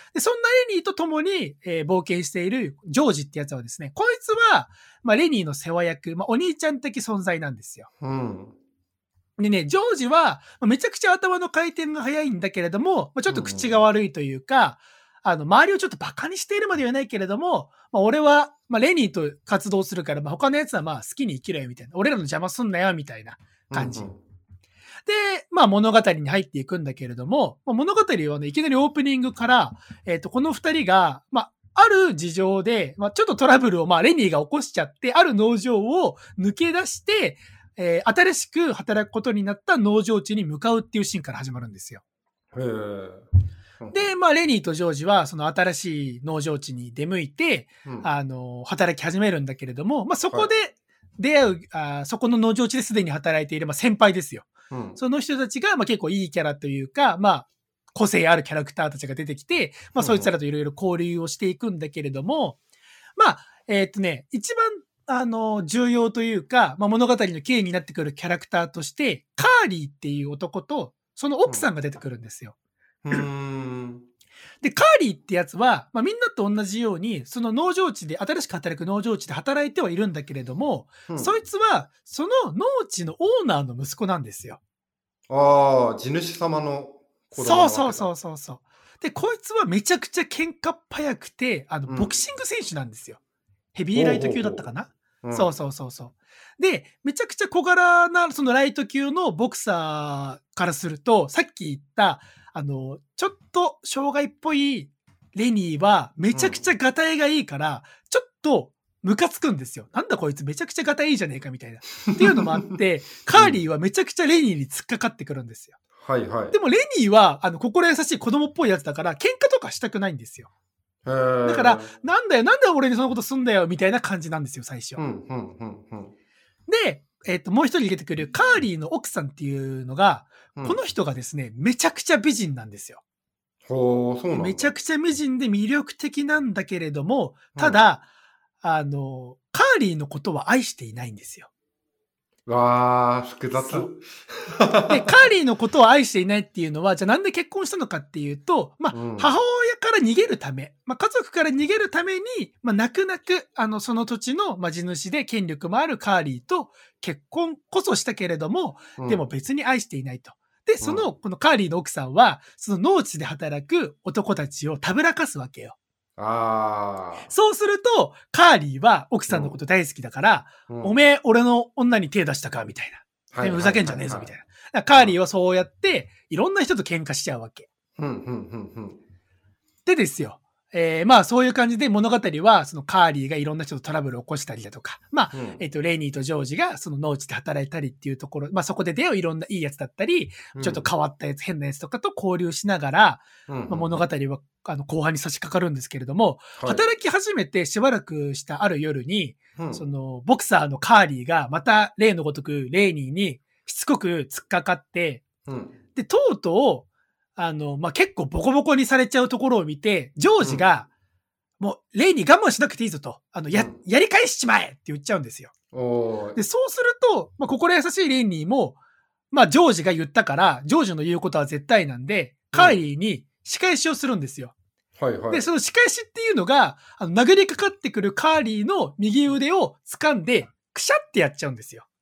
で、そんなレニーと共に、えー冒険しているジョージってやつはですね、こいつは、まあ、レニーの世話役、まあ、お兄ちゃん的存在なんですよ。 うん。 でね、ジョージは、まあめちゃくちゃ頭の回転が速いんだけれども、まあ、ちょっと口が悪いというか、あの、周りをちょっとバカにしているまではないけれども、まあ、俺は、まあ、レニーと活動するから、まあ、他のやつはまあ好きに生きろよみたいな。俺らの邪魔すんなよみたいな感じ。 うんうんで、まあ物語に入っていくんだけれども、まあ、物語はね、いきなりオープニングから、えっ、と、この二人が、まあ、ある事情で、まあ、ちょっとトラブルを、まあ、レニーが起こしちゃって、ある農場を抜け出して、えー新しく働くことになった農場地に向かうっていうシーンから始まるんですよ。 へえ。 で、まあ、レニーとジョージは、その新しい農場地に出向いて、 うんあの、働き始めるんだけれども、まあ、そこで出会う、あそこの農場地ですでに働いている、まあ、先輩ですよ。 うんその人たちが、まあ、結構いいキャラというか、まあ、個性あるキャラクターたちが出てきて、まあ、そいつらといろいろ交流をしていくんだけれども、まあ、えーっとね、一番、あの、重要というか、まあ、物語のキーになってくるキャラクターとして、カーリーっていう男と、その奥さんが出てくるんですよ。 うーん。 で、カーリーってやつは、まあ、みんなと同じように、その農場地で、新しく働く農場地で働いてはいるんだけれども、 うんそいつは、その農地のオーナーの息子なんですよ。 ああ、地主様の子供なそうわけだ。 そうそうそうそう。で、こいつはめちゃくちゃ喧嘩っ早くて、あの、 うんボクシング選手なんですよ。ヘビーライト級だったかな。 うんそうそうそうそう。で、めちゃくちゃ小柄な、そのライト級のボクサーからすると、さっき言った、あの、ちょっと障害っぽいレニーは、めちゃくちゃガタイがいいから、ちょっとムカつくんですよ。なんだこいつめちゃくちゃガタイいいじゃねえかみたいな。っていうのもあって、カーリーはめちゃくちゃレニーに突っかかってくるんですよ。 はいはい。 でもレニーは、あの、心優しい子供っぽいやつだから、喧嘩とかしたくないんですよ。 へーだから、なんだよ、なんで俺にそのことすんだよ、みたいな感じなんですよ、最初。 うんうんうんうんで、えっ、と、もう一人出てくるカーリーの奥さんっていうのが、 うん。 この人がですね、めちゃくちゃ美人なんですよ。 ほう、そうなんだ。 めちゃくちゃ美人で魅力的なんだけれども、ただ、あの、カーリーのことは愛していないんですよ。 わあ、複雑。 そうで、カーリーのことを愛していないっていうのは、じゃあなんで結婚したのかっていうと、まあ、 うん母親から逃げるため、まあ、家族から逃げるために、まあ、泣く泣く、あの、その土地の、まあ、地主で権力もあるカーリーと結婚こそしたけれども、 うんでも別に愛していないと。で、その、このカーリーの奥さんは、その農地で働く男たちをたぶらかすわけよ。 ああ。 そうすると、カーリーは奥さんのこと大好きだから、 うんおめえ、俺の女に手出したかみたいな。 はいふざけんじゃねえぞ、みたいな。 な。だからカーリーはそうやって、いろんな人と喧嘩しちゃうわけ。 うんうんうんうん。 でですよ。えーまあそういう感じで物語は、そのカーリーがいろんな人とトラブルを起こしたりだとか、まあ、 うんえっ、と、レイニーとジョージがその農地で働いたりっていうところ、まあそこで出会ういろんないいやつだったり、ちょっと変わったやつ、変なやつとかと交流しながら、 うんうんまあ、物語はあの後半に差し掛かるんですけれども、 はい働き始めてしばらくしたある夜に、 うんそのボクサーのカーリーがまた例のごとくレイニーにしつこく突っかかって、 うんで、とうとう、あの、まあ、結構ボコボコにされちゃうところを見て、ジョージが、もう、レイに我慢しなくていいぞと、あの、や、 うんやり返しちまえって言っちゃうんですよ。 おーで、そうすると、まあ、心優しいレイニーも、まあ、ジョージが言ったから、ジョージの言うことは絶対なんで、カーリーに仕返しをするんですよ。 はいはい。 で、その仕返しっていうのが、あの、殴りかかってくるカーリーの右腕を掴んで、くしゃってやっちゃうんですよ。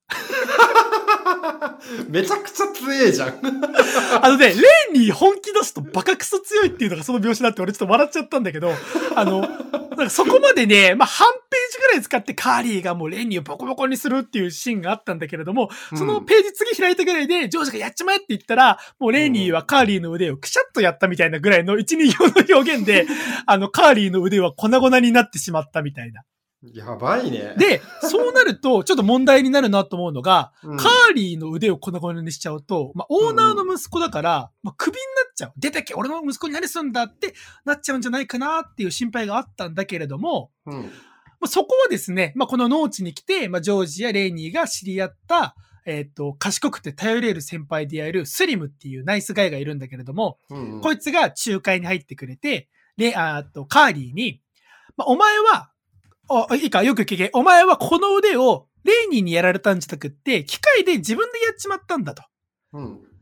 めちゃくちゃ強えじゃん。 あのね、レイに本気出すとバカクソ強いっていうのがその描写だって俺ちょっと笑っちゃったんだけど、あの、なんかそこまでね、まあ、半ページぐらい使ってカーリーがもうレイニーをボコボコにするっていうシーンがあったんだけれども、そのページ次開いたぐらいでジョージがやっちまえって言ったら、もうレイニーはカーリーの腕をくしゃっとやったみたいなぐらいのいち、に行の表現で、あの、カーリーの腕は粉々になってしまったみたいな。 やばいね。 で、そうなると、ちょっと問題になるなと思うのが、 うんカーリーの腕を粉々にしちゃうと、まあ、オーナーの息子だから、まあ、クビになっちゃう。出てけ、俺の息子に何すんだってなっちゃうんじゃないかなっていう心配があったんだけれども、 うんまあ、そこはですね、まあ、この農地に来て、まあ、ジョージやレイニーが知り合った、えっと、賢くて頼れる先輩であるスリムっていうナイスガイがいるんだけれども、 うんうんこいつが仲介に入ってくれて、レあーっと、カーリーに、まあ、お前は、あ、いいか、よく聞け。お前はこの腕をレイニーにやられたんじゃなくって、機械で自分でやっちまったんだと。 うん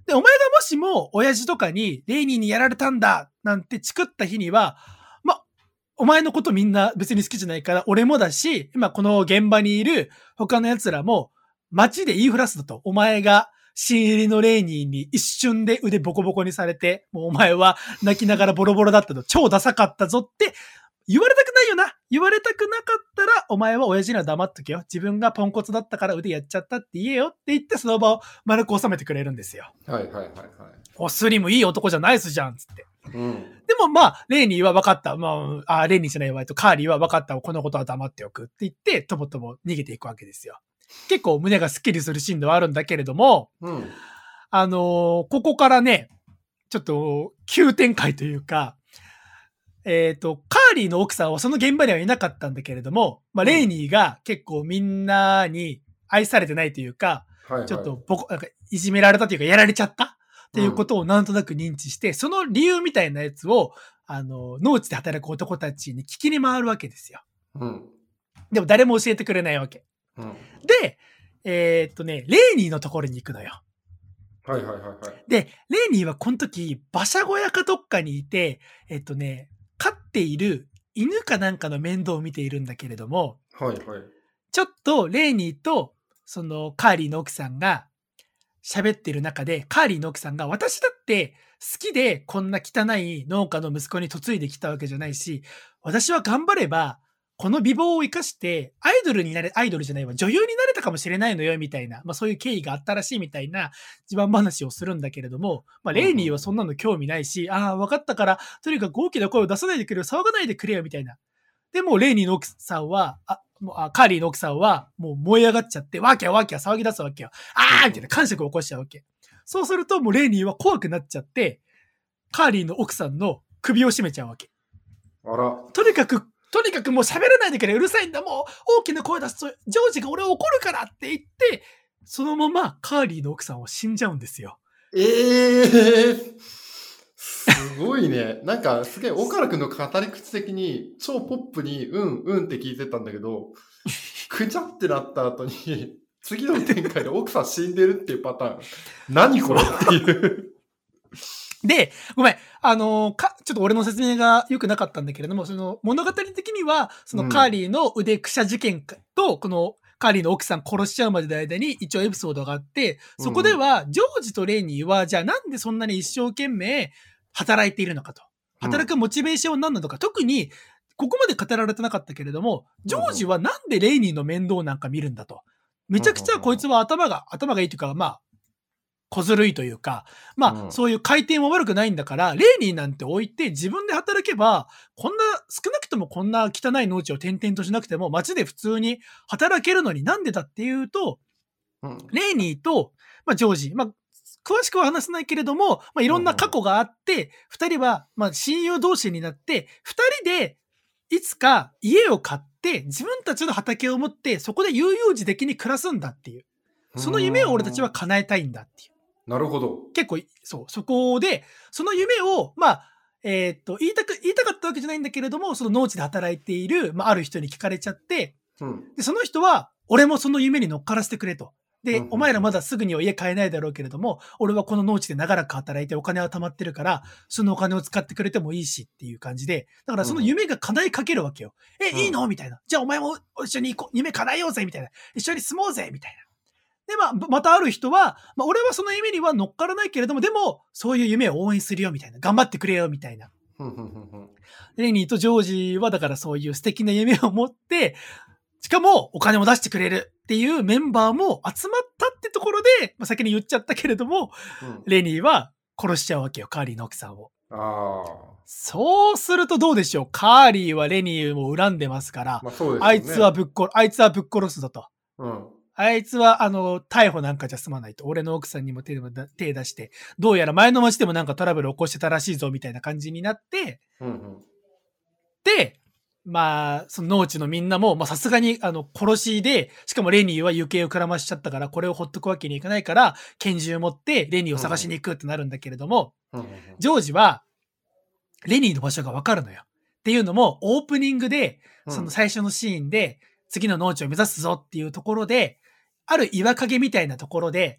で、お前がもしも親父とかにレイニーにやられたんだなんてチクった日には、ま、お前のことみんな別に好きじゃないから俺もだし、今この現場にいる他の奴らも街で言いふらすだと。お前が新入りのレイニーに一瞬で腕ボコボコにされて、もうお前は泣きながらボロボロだったと、超ダサかったぞって言われたくないよな。言われたくなかったら、お前は親父には黙っとけよ。自分がポンコツだったから腕やっちゃったって言えよって言って、その場を丸く収めてくれるんですよ。 はいはいはいはい。 おスリムいい男じゃないっすじゃん、つって。 うん、 でもまあ、レイニーは分かった。まあ、あレイニーじゃないわ。とカーリーは分かった。このことは黙っておくって言って、とぼとぼ逃げていくわけですよ。結構胸がスッキリするシーンではあるんだけれども、 うん、 あのー、ここからね、ちょっと急展開というか、えっと、カーリーの奥さんはその現場にはいなかったんだけれども、まあ、レイニーが結構みんなに愛されてないというか、はいはい、ちょっとボコ、なんかいじめられたというかやられちゃったっていうことをなんとなく認知して、うん、その理由みたいなやつを、あの、農地で働く男たちに聞きに回るわけですよ。 うん、 でも誰も教えてくれないわけ。うん、で、えー、っとね、レイニーのところに行くのよ。 はいはいはいはい。 で、レイニーはこの時、馬車小屋かどっかにいて、えっとね、飼っている犬かなんかの面倒を見ているんだけれども、 はいはい。 ちょっとレイニーと、そのカーリーの奥さんが喋ってる中で、カーリーの奥さんが、私だって好きでこんな汚い農家の息子に嫁いできたわけじゃないし、私は頑張れば、この美貌を生かして、アイドルになれ、アイドルじゃないわ、女優になれたかもしれないのよ、みたいな、まあそういう経緯があったらしいみたいな自慢話をするんだけれども、まあレイニーはそんなの興味ないし、うんうん、ああ、分かったから、とにかく大きな声を出さないでくれよ、騒がないでくれよ、みたいな。でも、レイニーの奥さんは、あ、もうあカーリーの奥さんは、もう燃え上がっちゃって、わけわけ騒ぎ出すわけよ。あーみたいな感触を起こしちゃうわけ。そうすると、もうレイニーは怖くなっちゃって、カーリーの奥さんの首を絞めちゃうわけ。 あら。 とにかく、とにかくもう喋らないでくれ、うるさいんだ、もう大きな声出すと、ジョージが俺を怒るからって言って、そのままカーリーの奥さんは死んじゃうんですよ。 ええー、すごいね。なんかすげえ、岡原くんの語り口的に超ポップにうんうんって聞いてたんだけど、くちゃってなった後に、次の展開で奥さん死んでるっていうパターン。何これっていう。 で、ごめん、あのー、か、ちょっと俺の説明が良くなかったんだけれども、その物語的には、そのカーリーの腕くしゃ事件と、このカーリーの奥さん殺しちゃうまでの間に一応エピソードがあって、そこでは、ジョージとレイニーは、じゃあなんでそんなに一生懸命働いているのかと。働くモチベーションは何なのか。特に、ここまで語られてなかったけれども、ジョージはなんでレイニーの面倒なんか見るんだと。めちゃくちゃこいつは頭が、頭がいいというか、まあ、小ずるいというか、まあ、うん、そういう回転も悪くないんだから、レイニーなんて置いて自分で働けば、こんな、少なくともこんな汚い農地を転々としなくても、街で普通に働けるのになんでだっていうと、うん、レイニーと、まあ、ジョージ、まあ、詳しくは話せないけれども、まあ、いろんな過去があって、二、うん、人は、まあ、親友同士になって、二人で、いつか家を買って、自分たちの畑を持って、そこで悠々自適に暮らすんだっていう。その夢を俺たちは叶えたいんだっていう。 なるほど。 結構、そう、そこで、その夢を、まあ、えー、っと、言いたく、言いたかったわけじゃないんだけれども、その農地で働いている、まあ、ある人に聞かれちゃって、うん、で、その人は、俺もその夢に乗っからせてくれと。で、うんうんうん、お前らまだすぐには家買えないだろうけれども、俺はこの農地で長らく働いてお金は貯まってるから、そのお金を使ってくれてもいいしっていう感じで、だからその夢が叶いかけるわけよ。うん、え、いいのみたいな。じゃあお前も一緒に行こう。夢叶えようぜみたいな。一緒に住もうぜみたいな。で、まあ、またある人は、まあ、俺はその夢には乗っからないけれども、でも、そういう夢を応援するよ、みたいな。頑張ってくれよ、みたいな。レイニーとジョージは、だからそういう素敵な夢を持って、しかも、お金も出してくれるっていうメンバーも集まったってところで、まあ、先に言っちゃったけれども、うん、レイニーは殺しちゃうわけよ、カーリーの奥さんを。 あそうするとどうでしょう。カーリーはレニーを恨んでますから、 まあそうですね、 あいつはぶっ殺、あいつはぶっ殺すぞと。 うんあいつは、あの、逮捕なんかじゃ済まないと。俺の奥さんにも手手出して、どうやら前の町でもなんかトラブル起こしてたらしいぞ、みたいな感じになって、 うんうん、 で、まあ、その農地のみんなも、まあさすがに、あの、殺しで、しかもレニーは行方をくらましちゃったから、これをほっとくわけにいかないから、拳銃を持ってレニーを探しに行くってなるんだけれども、 うんうん、 ジョージは、レニーの場所がわかるのよ。っていうのも、オープニングで、その最初のシーンで、次の農地を目指すぞっていうところで、ある岩陰みたいなところで、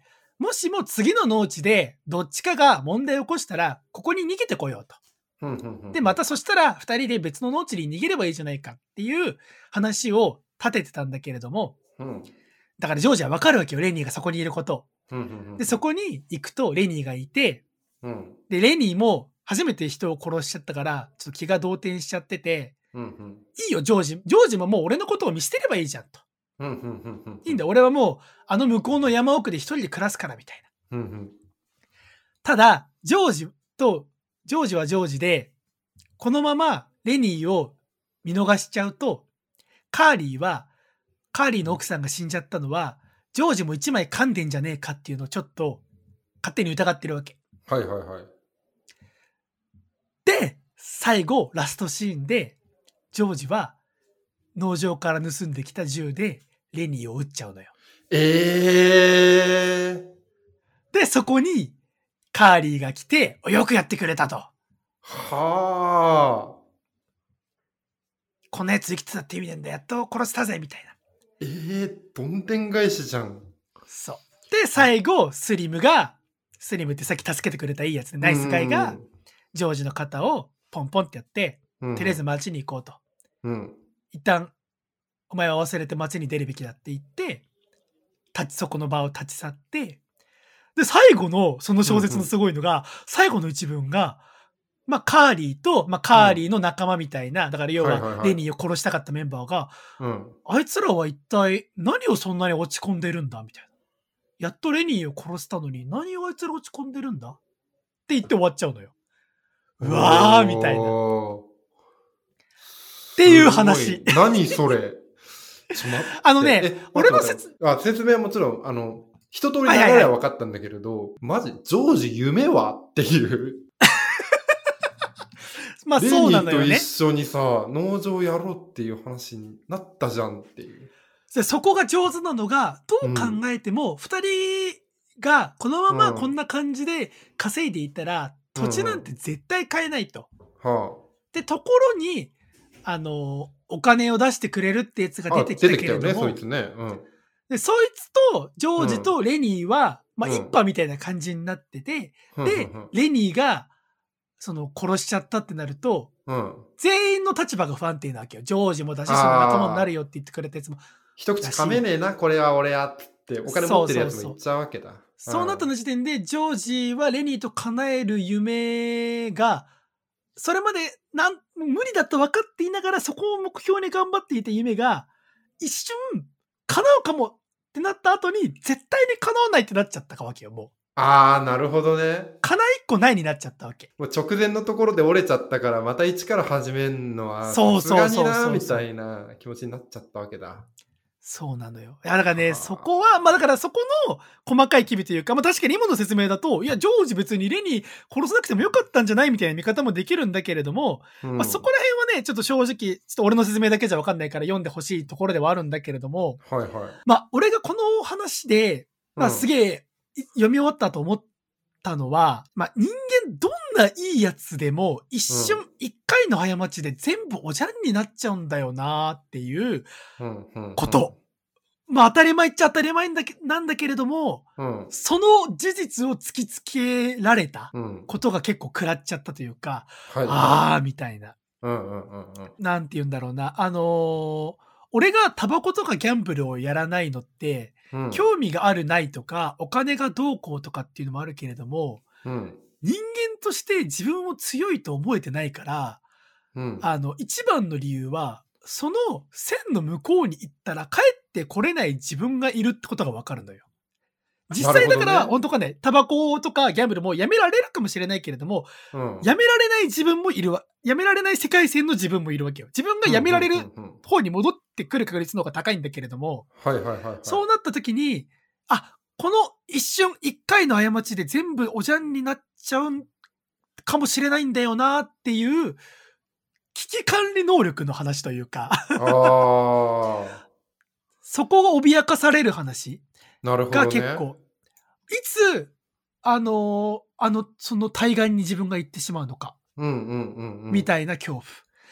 もしも次の農地でどっちかが問題を起こしたら、ここに逃げてこようと。 うんうんうん、 で、またそしたらふたりで別の農地に逃げればいいじゃないかっていう話を立ててたんだけれども、 うん、 だからジョージは分かるわけよ、レニーがそこにいることを。 うんうんうん、 で、そこに行くとレニーがいて、 うん、 で、レニーも初めて人を殺しちゃったから、ちょっと気が動転しちゃってて、 うんうん、 いいよ、ジョージ。ジョージももう俺のことを見捨てればいいじゃんと。 うんうんうんうん、 いいんだ、俺はもうあの向こうの山奥で一人で暮らすからみたいな。 うんうん、 ただ、ジョージと、ジョージはジョージで、このままレニーを見逃しちゃうと、カーリーは、カーリーの奥さんが死んじゃったのは、ジョージも一枚噛んでんじゃねえかっていうのをちょっと勝手に疑ってるわけ。 はいはいはい。 で、最後、ラストシーンで、ジョージは農場から盗んできた銃でレニーを撃っちゃうのよ。 えー。 で、そこにカーリーが来て、よくやってくれたと。 はあ。 こんなやつ生きてたって意味なんだ。やっと殺せたぜ、みたいな。 えー、どんでん返しじゃん。 そう。で、最後、スリムが、スリムってさっき助けてくれたいいやつね、ナイスガイが、ジョージの肩をポンポンってやって、うん、とりあえず街に行こうと。 うん、 一旦、お前は忘れて街に出るべきだって言って、立ち、そこの場を立ち去って、で、最後の、その小説のすごいのが、うんうん、最後の一文が、まあ、カーリーと、まあ、カーリーの仲間みたいな、うん、だから要は、レニーを殺したかったメンバーが、 うん、 あいつらは一体何をそんなに落ち込んでるんだみたいな。やっとレニーを殺したのに、何をあいつら落ち込んでるんだって言って終わっちゃうのよ。うわーみたいな。っていう話。 何それちょ待ってあのね、俺の説あ説明はもちろん、あの、一通り流れは分かったんだけれど、はいはいはい、マジ、ジョージ夢はっていう。 まあそうなのよね。 レニーと一緒にさ、農場やろうっていう話になったじゃんっていう。 そこが上手なのが、どう考えても、二人がこのままこんな感じで稼いでいったら、うん、土地なんて絶対買えないと。 はあ、 で、ところに、あの、お金を出してくれるってやつが出てきたけれども。 出てきたよね、そいつね。うん。 で、そいつとジョージとレニーは、うん、まあ、一派みたいな感じになってて、うん、で、うん、レニーが、その、殺しちゃったってなると、うん、全員の立場が不安定なわけよ。ジョージもだし、その仲間になるよって言ってくれたやつも。 一口噛めねえな、これは俺やって、お金持ってるやつも言っちゃうわけだ。 そうそうそう、そうなったの時点で、ジョージはレニーと叶える夢が、それまでなん無理だと分かっていながら、そこを目標に頑張っていた夢が、一瞬、叶うかもってなった後に、絶対に叶わないってなっちゃったわけよ、もう。 あー、なるほどね。 叶いっこないになっちゃったわけ。 もう直前のところで折れちゃったから、また一から始めるのは、 そうそうそうそう。 みたいな気持ちになっちゃったわけだ。 そうなのよ。いや、だからね、そこは、まあだからそこの細かい機微というか、まあ確かに今の説明だと、いや、ジョージ別にレニー殺さなくてもよかったんじゃないみたいな見方もできるんだけれども、うん、まあそこら辺はね、ちょっと正直、ちょっと俺の説明だけじゃわかんないから読んでほしいところではあるんだけれども、 はいはい。 まあ俺がこの話で、まあすげえ読み終わったと思ったのは、まあ人間どんないいやつでも一瞬一回の過ちで全部おじゃんになっちゃうんだよなっていうこと。うんうんうん、まあ当たり前っちゃ当たり前なんだけれども、うん、その事実を突きつけられたことが結構食らっちゃったというか、うん、あーみたいな、うんうんうんうん。なんて言うんだろうな。あのー、俺がタバコとかギャンブルをやらないのって、うん、興味があるないとか、お金がどうこうとかっていうのもあるけれども、うん、人間として自分を強いと思えてないから、うん、あの、一番の理由は、その線の向こうに行ったら帰ってこれない自分がいるってことが分かるのよ。実際だから、本当かね、タバコとかギャンブルもやめられるかもしれないけれども、うん、やめられない自分もいるわ。やめられない世界線の自分もいるわけよ。自分がやめられる方に戻ってくる確率の方が高いんだけれども、 はいはいはいはい、 そうなった時に、あ、この一瞬一回の過ちで全部おじゃんになっちゃうかもしれないんだよなっていう、危機管理能力の話というかあそこが脅かされる話が結構、ね、いつあのあのその対岸に自分が行ってしまうのか、うんうんうんうん、みたいな恐怖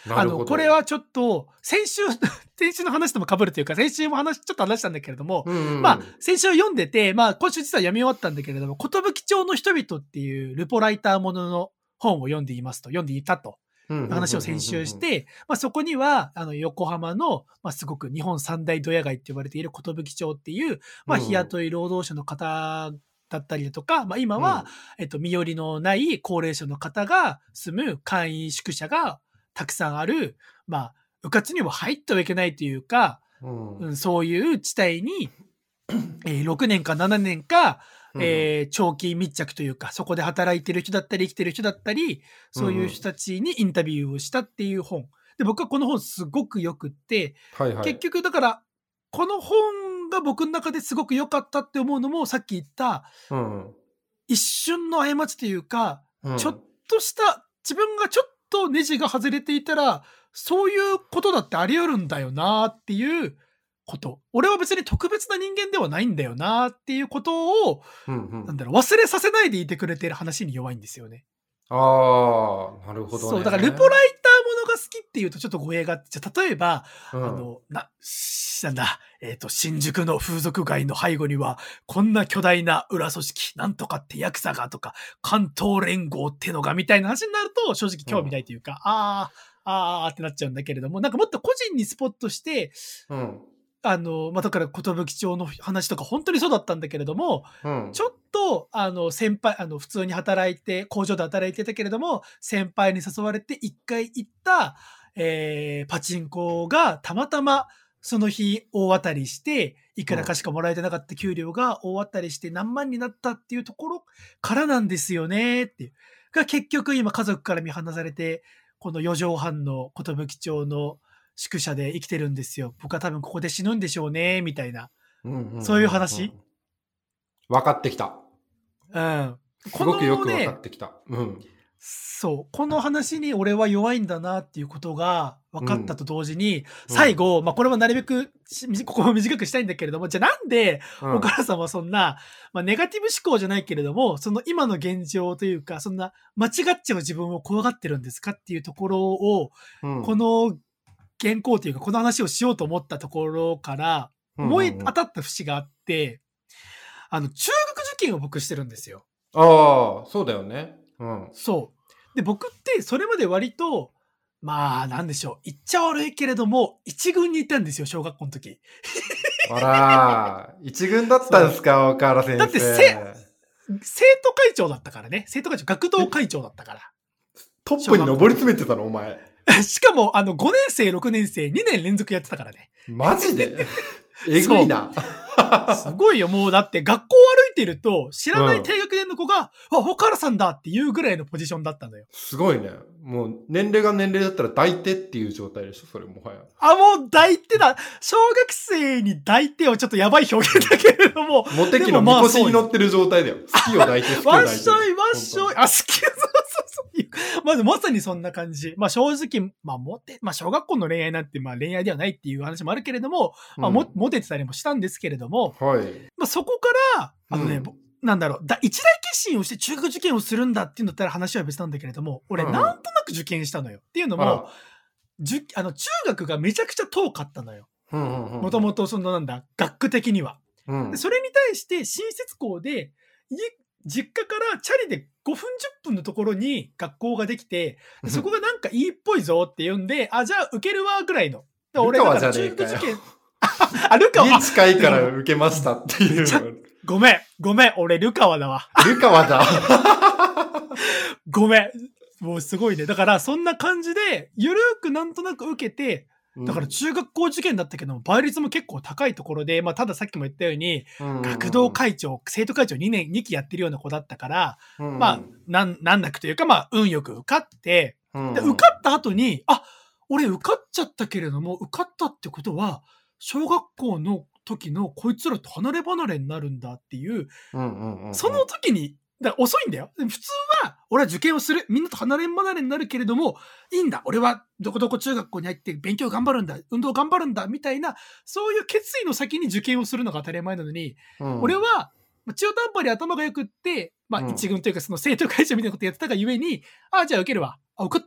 あの、これはちょっと、先週、先週の話とも被るというか、先週も話、ちょっと話したんだけれども、うんうん、まあ、先週読んでて、まあ、今週実は読み終わったんだけれども、寿町の人々っていうルポライターものの本を読んでいますと、読んでいたと。話を先週して、まあ、そこには、あの、横浜の、まあ、すごく日本三大ドヤ街って呼ばれている寿町っていう、まあ、日雇い労働者の方だったりだとか、まあ、今は、うん、えっと、身寄りのない高齢者の方が住む簡易宿舎がたくさんある、まあ、うかつにも入ってはいけないというか、うんうん、そういう地帯に、えー、ろくねんかななねんか、えー、長期密着というか、そこで働いてる人だったり生きてる人だったり、そういう人たちにインタビューをしたっていう本。で、僕はこの本すごく良くって、はいはい、結局だから、この本が僕の中ですごく良かったって思うのも、さっき言った、うん、一瞬の過ちというか、うん、ちょっとした、自分がちょっとネジが外れていたら、そういうことだってあり得るんだよなっていうこと。俺は別に特別な人間ではないんだよなっていうことを、うんうん、なんだろう、忘れさせないでいてくれてる話に弱いんですよね。 ああ、なるほどね。 そう、だからルポライターものが好きっていうとちょっと語弊があって、じゃあ例えば、うん、あの、な、なんだ、えっと、新宿の風俗街の背後には、こんな巨大な裏組織、なんとかってヤクザがとか、関東連合ってのがみたいな話になると正直興味ないというか、うん、ああ、ああってなっちゃうんだけれども、なんかもっと個人にスポットして、うん、あの、まあ、だから寿町の話とか本当にそうだったんだけれども、うん、ちょっと、あの、先輩、あの、普通に働いて、工場で働いてたけれども、先輩に誘われて一回行った、えー、パチンコがたまたまその日大当たりして、いくらかしかもらえてなかった給料が大当たりして何万になったっていうところからなんですよね、っていう。が結局今家族から見放されて、このよじょうはんの寿町の宿舎で生きてるんですよ。僕は多分ここで死ぬんでしょうね、みたいな。うんうんうんうん、そういう話。 分かってきた。うん。すごくよく分かってきた。うん。 そう。この話に俺は弱いんだなっていうことが分かったと同時に、うん、最後、うん、まあこれはなるべくここを短くしたいんだけれども、じゃあなんで岡原さんはそんな、まあ、ネガティブ思考じゃないけれども、その今の現状というか、そんな間違っちゃう自分を怖がってるんですかっていうところを、うん、この原稿というか、この話をしようと思ったところから、思い当たった節があって、あの、中学受験を僕してるんですよ。 ああ、そうだよね。うん。 そう。で、僕ってそれまで割と、まあ、なんでしょう。言っちゃ悪いけれども、一軍にいたんですよ、小学校の時。 あら、一軍だったんですか、岡原先生。 だってせ、生徒会長だったからね。生徒会長、学童会長だったから。 トップに上り詰めてたの、お前。 しかも、あの、ごねん生、ろくねん生、にねん連続やってたからね。 マジでえぐいな。 すごいよ。もうだって学校歩いてると知らない低学年の子が、うん、あ、岡原さんだっていうぐらいのポジションだったのよ。 すごいね。もう年齢が年齢だったら抱いてっていう状態でしょ、それもはや。 あ、もう抱いてだ。小学生に抱いてはちょっとやばい表現だけれども。 モテ期のみこしに乗ってる状態だよ。好きを抱いて、好きを抱いて。 わっしょい、わっしょい。あ、好き、そうそうそう。まずまさにそんな感じ。まあ正直、まあモテ、まあ小学校の恋愛なんてまあ恋愛ではないっていう話もあるけれども、うん、まあモテてたりもしたんですけれども、はい。まあそこから、あのね、うん、なんだろう、だ一大決心をして中学受験をするんだっていうんだったら話は別なんだけれども、俺なんとなく受験したのよ。っていうのも、じあの中学がめちゃくちゃ遠かったのよ。もともとそのなんだ、学区的には、うん。でそれに対して新設校で、家、実家からチャリでごふんじゅっぷんのところに学校ができて、そこがなんかいいっぽいぞって言うんで、あ、じゃあ受けるわぐらいの。 俺だから中学受験。 あ、ルカワ。 家近いから受けましたっていう。 ごめん、ごめん、俺ルカワだわ。 ルカワだ。 ごめん。もうすごいね。だからそんな感じで、ゆるーくなんとなく受けて、だから中学校受験だったけども、倍率も結構高いところで、まあたださっきも言ったように、学童会長、生徒会長にねん、にきやってるような子だったから、まあ、なん、なんなくというか、まあ運よく受かって、で受かった後に、あ、俺受かっちゃったけれども、受かったってことは、小学校の時のこいつらと離れ離れになるんだっていう、その時に、だ遅いんだよ。普通は、俺は受験をする。みんなと離れ離れになるけれども、いいんだ。俺はどこどこ中学校に入って勉強頑張るんだ。運動頑張るんだ。みたいな、そういう決意の先に受験をするのが当たり前なのに、うん、俺は、中途半端に頭が良くって、まあ、一軍というかその生徒会長みたいなことやってたがゆえに、ああ、じゃあ受けるわ。あ、受かった。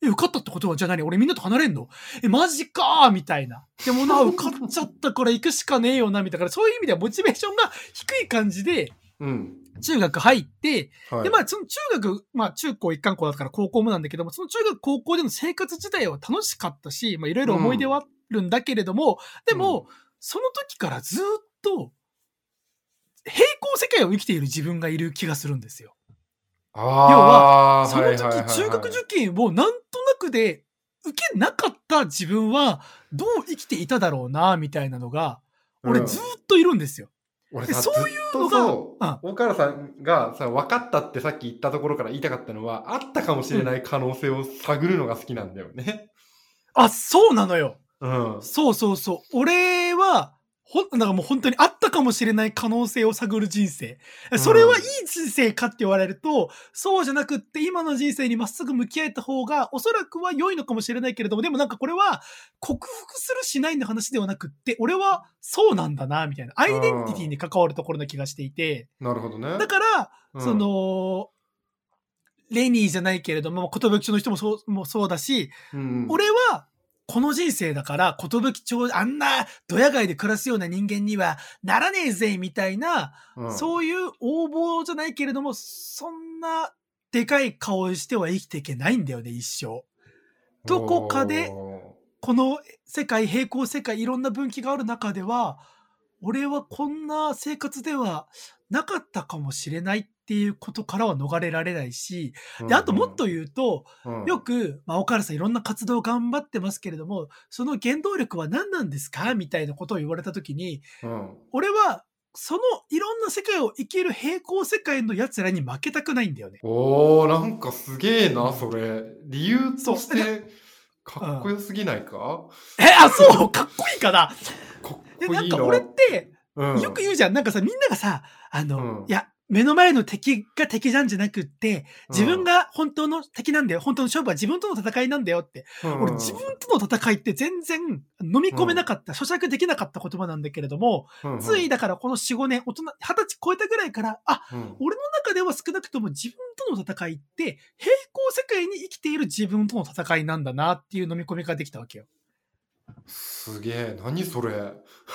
え、受かったってことはじゃあ何俺みんなと離れんのえ、マジかーみたいな。でもな、受かっちゃったから行くしかねえよな、みたいな。そういう意味ではモチベーションが低い感じで、 うん。 中学入って、 はい、 で、まあ、その中学、まあ、中高一貫校だったから高校もなんだけども、その中学高校での生活自体は楽しかったし、まあ、いろいろ思い出はあるんだけれども、うん、でも、うん、その時からずっと、平行世界を生きている自分がいる気がするんですよ。 あ要は、その時、中学受験をなんとなくで受けなかった自分は、どう生きていただろうな、みたいなのが、俺ずっといるんですよ。 俺さ、そういうのが、そう大原さんがさ、分かったってさっき言ったところから言いたかったのは、あったかもしれない可能性を探るのが好きなんだよね。 うん、あ、そうなのよ。 うん。 そうそうそう。俺は、ほなんかもう本当にあったかもしれない可能性を探る人生。それはいい人生かって言われると、うん、そうじゃなくって今の人生にまっすぐ向き合えた方がおそらくは良いのかもしれないけれども、でもなんかこれは克服するしないの話ではなくって、俺はそうなんだな、みたいな。アイデンティティに関わるところな気がしていて。 うん、なるほどね。 だから、うん、その、レニーじゃないけれども、寿町の人もそうもそうだし、うん、俺は、この人生だから、寿町、あんなドヤ街で暮らすような人間にはならねえぜ、みたいな、うん、そういう横暴じゃないけれども、そんなでかい顔をしては生きていけないんだよね、一生。どこかで、この世界、平行世界、いろんな分岐がある中では、俺はこんな生活ではなかったかもしれないっていうことからは逃れられないし、で、あともっと言うと、うんうん、よく、まあ、岡原さんいろんな活動頑張ってますけれども、その原動力は何なんですかみたいなことを言われたときに、うん、俺は、そのいろんな世界を生きる平行世界の奴らに負けたくないんだよね。 おー、なんかすげえな、それ。理由として、かっこよすぎないか、うん、 え、あ、そうかっこいいかなかっこいいな。 なんか俺って、うん、よく言うじゃん。なんかさ、みんながさ、あの、うん、いや、目の前の敵が敵なんじゃなくって、自分が本当の敵なんだよ。本当の勝負は自分との戦いなんだよって。うん、俺、自分との戦いって全然飲み込めなかった、うん、咀嚼できなかった言葉なんだけれども、うんうん、ついだからこのよん、ごねん、大人、はたち超えたぐらいから、あ、うん、俺の中では少なくとも自分との戦いって、平行世界に生きている自分との戦いなんだなっていう飲み込みができたわけよ。 すげえ、何それ。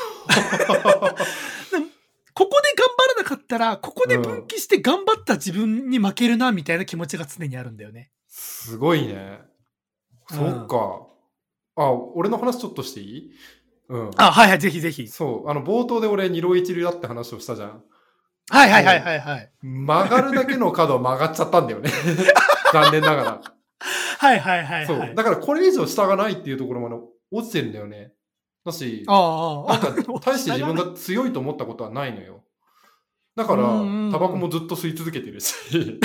ここで頑張らなかったら、ここで分岐して頑張った自分に負けるな、みたいな気持ちが常にあるんだよね。 すごいね。そっか。うん、あ、俺の話ちょっとしていい？うん。 あ、はいはい、ぜひぜひ。 そう。あの、冒頭で俺二郎一流だって話をしたじゃん。 はいはいはいはいはい。 曲がるだけの角を曲がっちゃったんだよね。残念ながら。 はいはいはいはい。 そう。だからこれ以上下がないっていうところまで落ちてるんだよね。だし、 ああ、 なんか大して自分が強いと思ったことはないのよ。だから、タバコもずっと吸い続けてるし。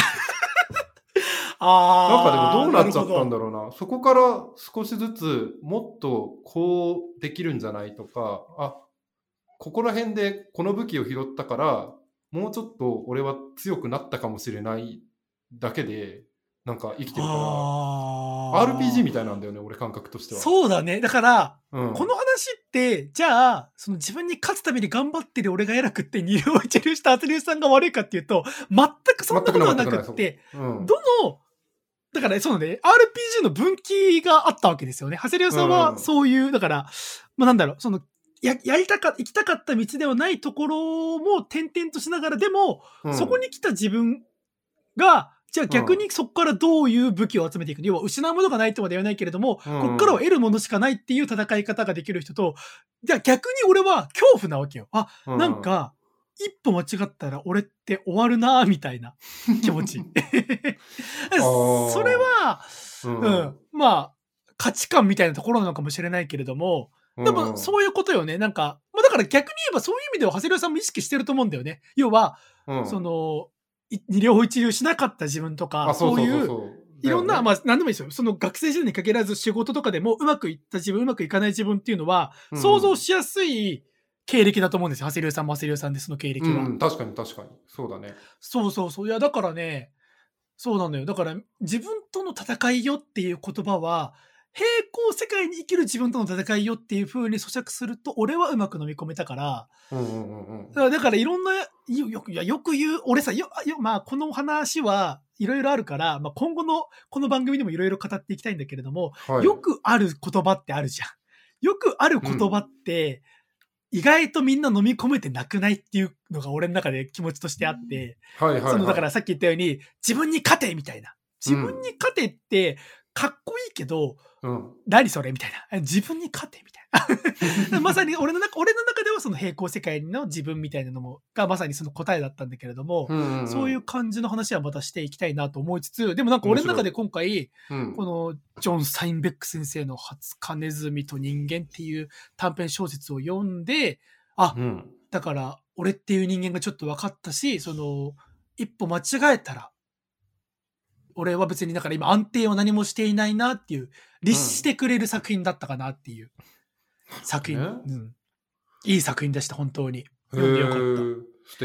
あなんかでもどうなっちゃったんだろうな。そこから少しずつもっとこうできるんじゃないとか、あ、ここら辺でこの武器を拾ったから、もうちょっと俺は強くなったかもしれないだけで、なんか生きてるから、アールピージー みたいなんだよね、俺感覚としては。 そうだね。だから、うん、この話って、じゃあ、その自分に勝つために頑張ってる俺が偉くって、二両一流したアツリューさんが悪いかっていうと、全くそんなことはなくって、うん、どの、だから、そうね、アールピージー の分岐があったわけですよね。長谷流さんはそういう、うん、だから、まあ、なんだろう、その、や、やりたか、行きたかった道ではないところも転々としながら、でも、うん、そこに来た自分が、じゃあ逆にそこからどういう武器を集めていく、うん、要は失うものがないとまでは言わないけれども、うん、ここからは得るものしかないっていう戦い方ができる人と、じゃあ逆に俺は恐怖なわけよ。あ、うん、なんか、一歩間違ったら俺って終わるなみたいな気持ち。それは、うん、うん、まあ、価値観みたいなところなのかもしれないけれども、でもそういうことよね。なんか、まあだから逆に言えばそういう意味では長谷川さんも意識してると思うんだよね。要は、うん、その、二両一流しなかった自分とか、そういう、いろんな、まあ何でもいいですよ。その学生時代に限らず仕事とかでもうまくいった自分、うまくいかない自分っていうのは、うん、想像しやすい経歴だと思うんですよ。長谷川さんも長谷川さんでその経歴は、 うん。確かに確かに。そうだね。 そうそうそう。いや、だからね、そうなのよ。だから自分との戦いよっていう言葉は、平行世界に生きる自分との戦いよっていう風に咀嚼すると、俺はうまく飲み込めたから、うんうんうんうん、だからいろんな、よく、いやよく言う、俺さ、よ、よまあこの話はいろいろあるから、まあ、今後のこの番組でもいろいろ語っていきたいんだけれども、 はい。 よくある言葉ってあるじゃん。よくある言葉って、意外とみんな飲み込めてなくないっていうのが俺の中で気持ちとしてあって、 はいはいはい。 そのだからさっき言ったように、自分に勝てみたいな。自分に勝てってかっこいいけど、 うん。 何それみたいな。自分に勝てみたいな。まさに俺の中、俺の中ではその平行世界の自分みたいなのも、がまさにその答えだったんだけれども、 うんうんうん、 そういう感じの話はまたしていきたいなと思いつつ、でもなんか俺の中で今回、 うん、 このジョン・スタインベック先生のハツカネズミと人間っていう短編小説を読んで、あ、うん、だから俺っていう人間がちょっと分かったし、その一歩間違えたら、俺は別にだから今安定を何もしていないなっていう、律してくれる作品だったかなっていう作品。うん、いい作品でした、本当に。読んでよかった。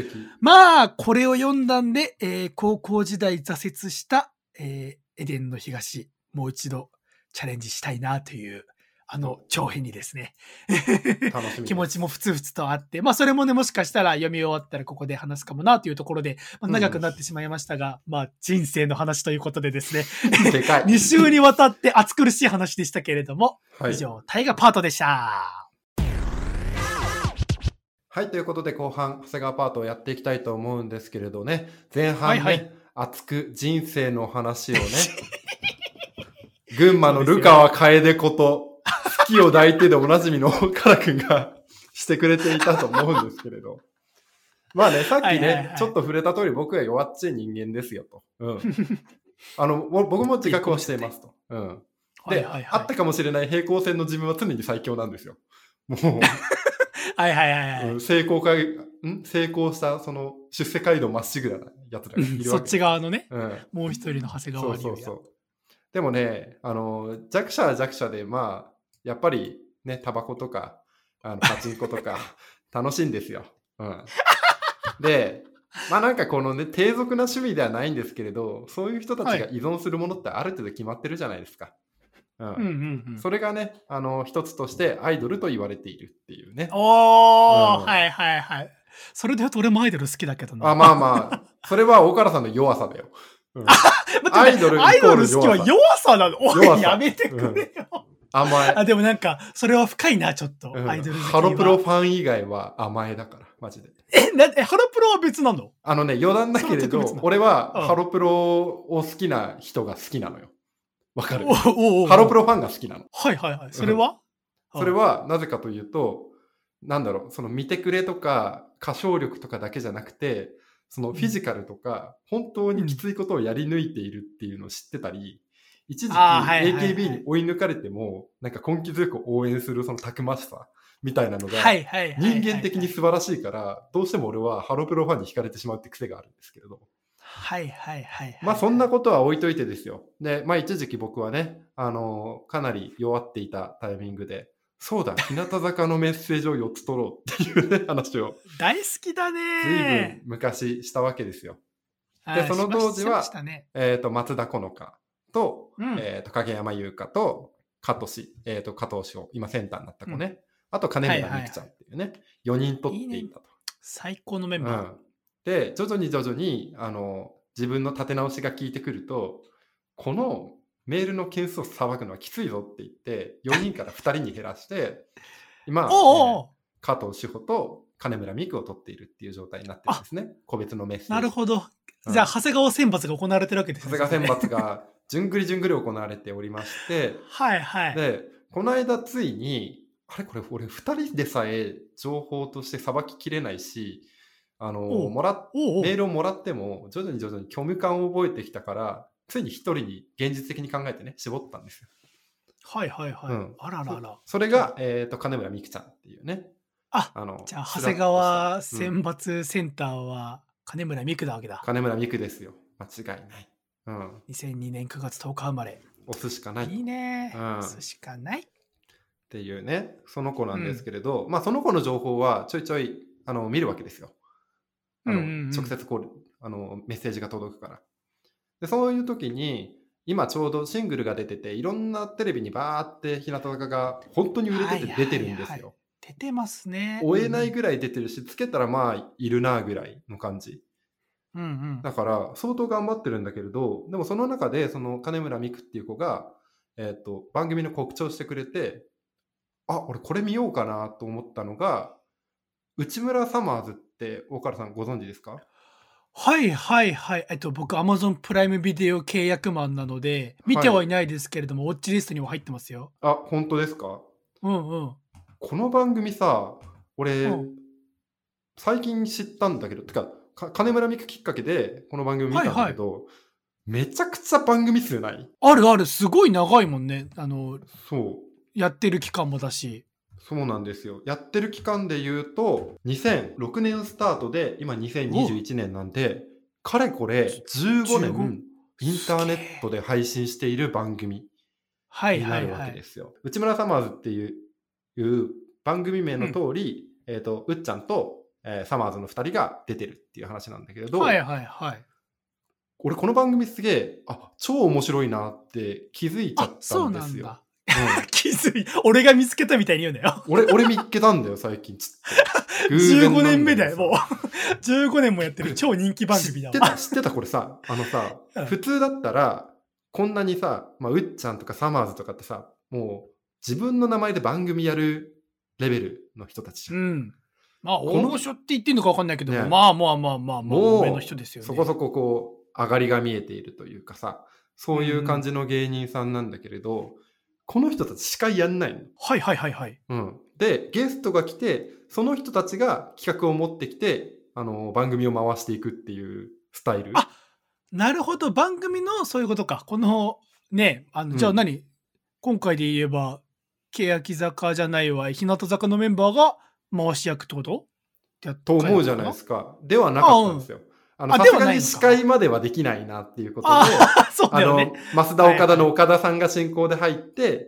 素敵。 まあ、これを読んだんで、えー、高校時代挫折した、えー、エデンの東、もう一度チャレンジしたいなという、あの長編にですね楽しみ気持ちもふつふつとあって、まあそれもね、もしかしたら読み終わったらここで話すかもなというところで、まあ、長くなってしまいましたが、うん、まあ人生の話ということでですねでかいに週にわたって暑苦しい話でしたけれども、はい、以上大河パートでした。 はい、ということで後半長谷川パートをやっていきたいと思うんですけれどね、前半ね、はいはい、熱く人生の話をね群馬の流川楓こと好きを抱いてでおなじみのカラ君がしてくれていたと思うんですけれど。まあね、さっきね、はいはいはい、ちょっと触れた通り僕は弱っちい人間ですよと。うん。あの、僕も自覚をしていますと。うん。で、はいはいはい、あったかもしれない平行線の自分は常に最強なんですよ。もう。 はいはいはいはい、 うん。成功か、ん成功したその出世街道まっしぐらなやつらがいるわけ。 そっち側のね、 うん、 もう一人の長谷川龍也。そうそうそう。でもね、あの、弱者は弱者で、まあ、やっぱりね、タバコとか、あのパチンコとか、楽しいんですよ。うん。で、まあなんかこのね、低俗な趣味ではないんですけれど、そういう人たちが依存するものってある程度決まってるじゃないですか。うん。うんうんうん、それがね、あの、一つとしてアイドルと言われているっていうね。 おー、うん、はいはいはい。それで言うと俺もアイドル好きだけどな。 あ、まあまあ、それは大原さんの弱さだよ。うん、アイドルイコール弱さ。 アイドル好きは弱さなの。おい、やめてくれよ。うん、 甘え。 あ、でもなんか、それは深いな、ちょっと。うん、アイドル好きは。 ハロプロファン以外は甘えだから、マジで。 え、な、え、ハロプロは別なの？ あのね、余談だけれど、俺はハロプロを好きな人が好きなのよ。わかる？おおおハロプロファンが好きなの。 はいはいはい。それは、 うん、それは、なぜかというと、なんだろう、その見てくれとか、歌唱力とかだけじゃなくて、そのフィジカルとか、うん、本当にきついことをやり抜いているっていうのを知ってたり、一時期 エーケービー に追い抜かれても、なんか根気強く応援するそのたくましさみたいなのが、人間的に素晴らしいから、どうしても俺はハロプロファンに惹かれてしまうって癖があるんですけれど。 はいはいはい。 まあそんなことは置いといてですよ。で、まあ一時期僕はね、あの、かなり弱っていたタイミングで、そうだ、日向坂のメッセージをよっつ取ろうっていうね、話を。 大好きだね。 随分昔したわけですよ。で、その当時は、ね、えっ、ー、と、松田好花と、うん、えっ、ー、と、影山優香と、加藤氏、えっ、ー、と、加藤氏を、今センターになった子ね。うん、あと、金村美空ちゃんっていうね、はいはいはい、よにん取っていたと。いいね、 最高のメンバー。うん。 で、徐々に徐々に、あの、自分の立て直しが効いてくると、このメールの件数をさばくのはきついぞって言って、よにんからふたりに減らして、今、おうおう、えー、加藤志保と金村美空を取っているっていう状態になってるんですね。個別のメッセージ。 なるほど。じゃあ、長谷川選抜が行われてるわけですね。 長谷川選抜が、じゅんぐりじゅんぐり行われておりまして、 はいはい。 で、この間ついに、あれこれ、俺ふたりでさえ情報としてさばききれないし、あの、もらっ、メールをもらっても、徐々に徐々に虚無感を覚えてきたから、ついに一人に現実的に考えてね、絞ったんですよ。 はいはいはい。うん、あららら。 そ, それが、えっ、ー、と、金村美空ちゃんっていうね。 あ、あの、じゃあ、長谷川選抜センターは金村美空なわけだ。 金村美空ですよ。間違いない。うん。 にせんにねんくがつとおか生まれ。 押すしかない。 いいね。うん、押すしかない。 っていうね、その子なんですけれど、うん、まあ、その子の情報はちょいちょい、あの、見るわけですよ。あの、うんうんうん、直接こう、あの、メッセージが届くから。で、そういう時に、今ちょうどシングルが出てて、いろんなテレビにバーって日向坂が本当に売れてて出てるんですよ。はいはいはい、 出てますね。 追えないぐらい出てるし、つけたらまあ、いるなぐらいの感じ。 うんうん。 だから相当頑張ってるんだけれど、でもその中でその金村美久っていう子が、えっと、番組の告知をしてくれて、あ、俺これ見ようかなと思ったのが、内村サマーズって大原さんご存知ですか？ はいはいはい。えっと、僕、Amazon プライムビデオ契約マンなので、見てはい。 はいないですけれども、ウォッチリストには入ってますよ。 あ、本当ですか？ うんうん。 この番組さ、俺、 うん。 最近知ったんだけど、てか、か金村美久きっかけでこの番組見たんだはいはい。 けど、めちゃくちゃ番組数ない？ あるある、すごい長いもんね。あの、 そう。 やってる期間もだし。 そうなんですよ。やってる期間で言うと、にせんろくねんスタートで、今2021 お年なんで、かれこれじゅうごねじゅうご。 んインすげターネットえ。 で配信している番組はいになるわはいはい。 けですよ。内村サマーズっていういう番組名のうん。 通り、えっと、うっちゃんと、えーサマーズのふたりが出てるっていう話なんだけれど、 はいはいはい。 俺この番組すげえ、あ、超面白いなって気づいちゃあ、 ったそうんですよ。 なんだ。 うん。 気づい俺が見つけたみたいに言うなよ。 俺、俺見っけたんだよ、最近。ちょっと。偶 15 然なん年目だよ、 だけどさ。 もう。じゅうごねんもやってるびっくり。 超人気番知っ組だわ。 てた、知ってた、これさ、あのさ、 うん。 普通だったら、こんなにさ、まあ、うっちゃんとかサマーズとかってさ、もう自分の名前で番組やるレベルの人たちじゃん。 うん。まあ、 この、 大御所って言っていいのか分かんないけども、 ね、 まあまあまあまあまあ、多めの人もう、 ですよね。 そこそここう、上がりが見えているというかさ、 うんうそういう感ん。 じの芸人さんなんだけれど、この人たち司会やんないの。 はいはいはいはい。 うん。で、ゲストが来て、その人たちが企画を持ってきて、あの、番組を回していくっていうスタイル。 あ、なるほど、番組のそういうことか。この、ね、あの、 うん。 じゃあ何今回で言えば、欅坂じゃないわ、日向坂のメンバーが回し役ってことってやと回だ思うじゃないでったのかな？ すか。ではなかああ、うん。 ったんですよ。あの、 あ、 さではなすがに司いのか。 会まではできないなっていうことで、 ああ、そうだよね。 あの、増田岡田はいはい。 の岡田さんが進行で入って、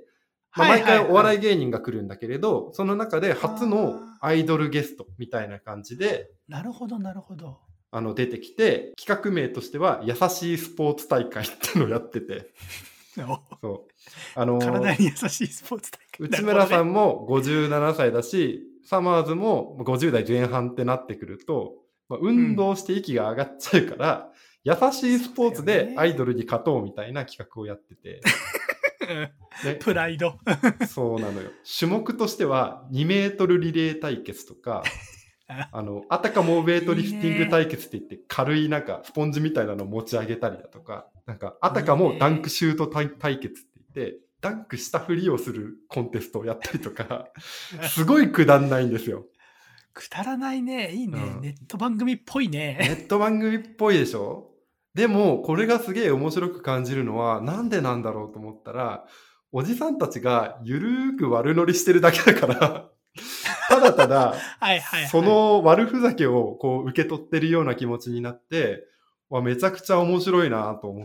まあ、 はい毎回おはいはい。 笑い芸人が来るんだけれど、その中で初のああ、 アイドルゲストみたいな感じで、 なるほどなるほど。 あの、出てきて、企画名としては、優しいスポーツ大会っていうのをやってて、 おそう。あの、 体に優しいスポーツ大会。な内村さるほどね。 んもごじゅうななさいだし、サマーズもごじゅう代前半ってなってくると、まあ、運うん。 動して息が上がっちゃうから、優しいスポーそうだよツでアイね。 ドルに勝とうみたいな企画をやってて、 うん。 で、 プライド。 そうなのよ。種目としてはにメートルリレー対決とか、 あ、 あの、あたかもウェイトリいいフティングね。 対決って言って軽いなんかスポンジみたいなのを持ち上げたりだとか、なんかあたかいいもダンクね。 シュート対対決って言って、ダンクしたふりをするコンテストをやったりとか、すごいくだんないんですよ。 くだらないね。いいね。 うん。 ネット番組っぽいね。 ネット番組っぽいでしょ？でも、これがすげえ面白く感じるのは、なんでなんだろうと思ったら、おじさんたちがゆるーく悪乗りしてるだけだから、ただただ、 はいはいそはい。 の悪ふざけをこう受け取ってるような気持ちになって、わ、めちゃくちゃ面白いなと思って、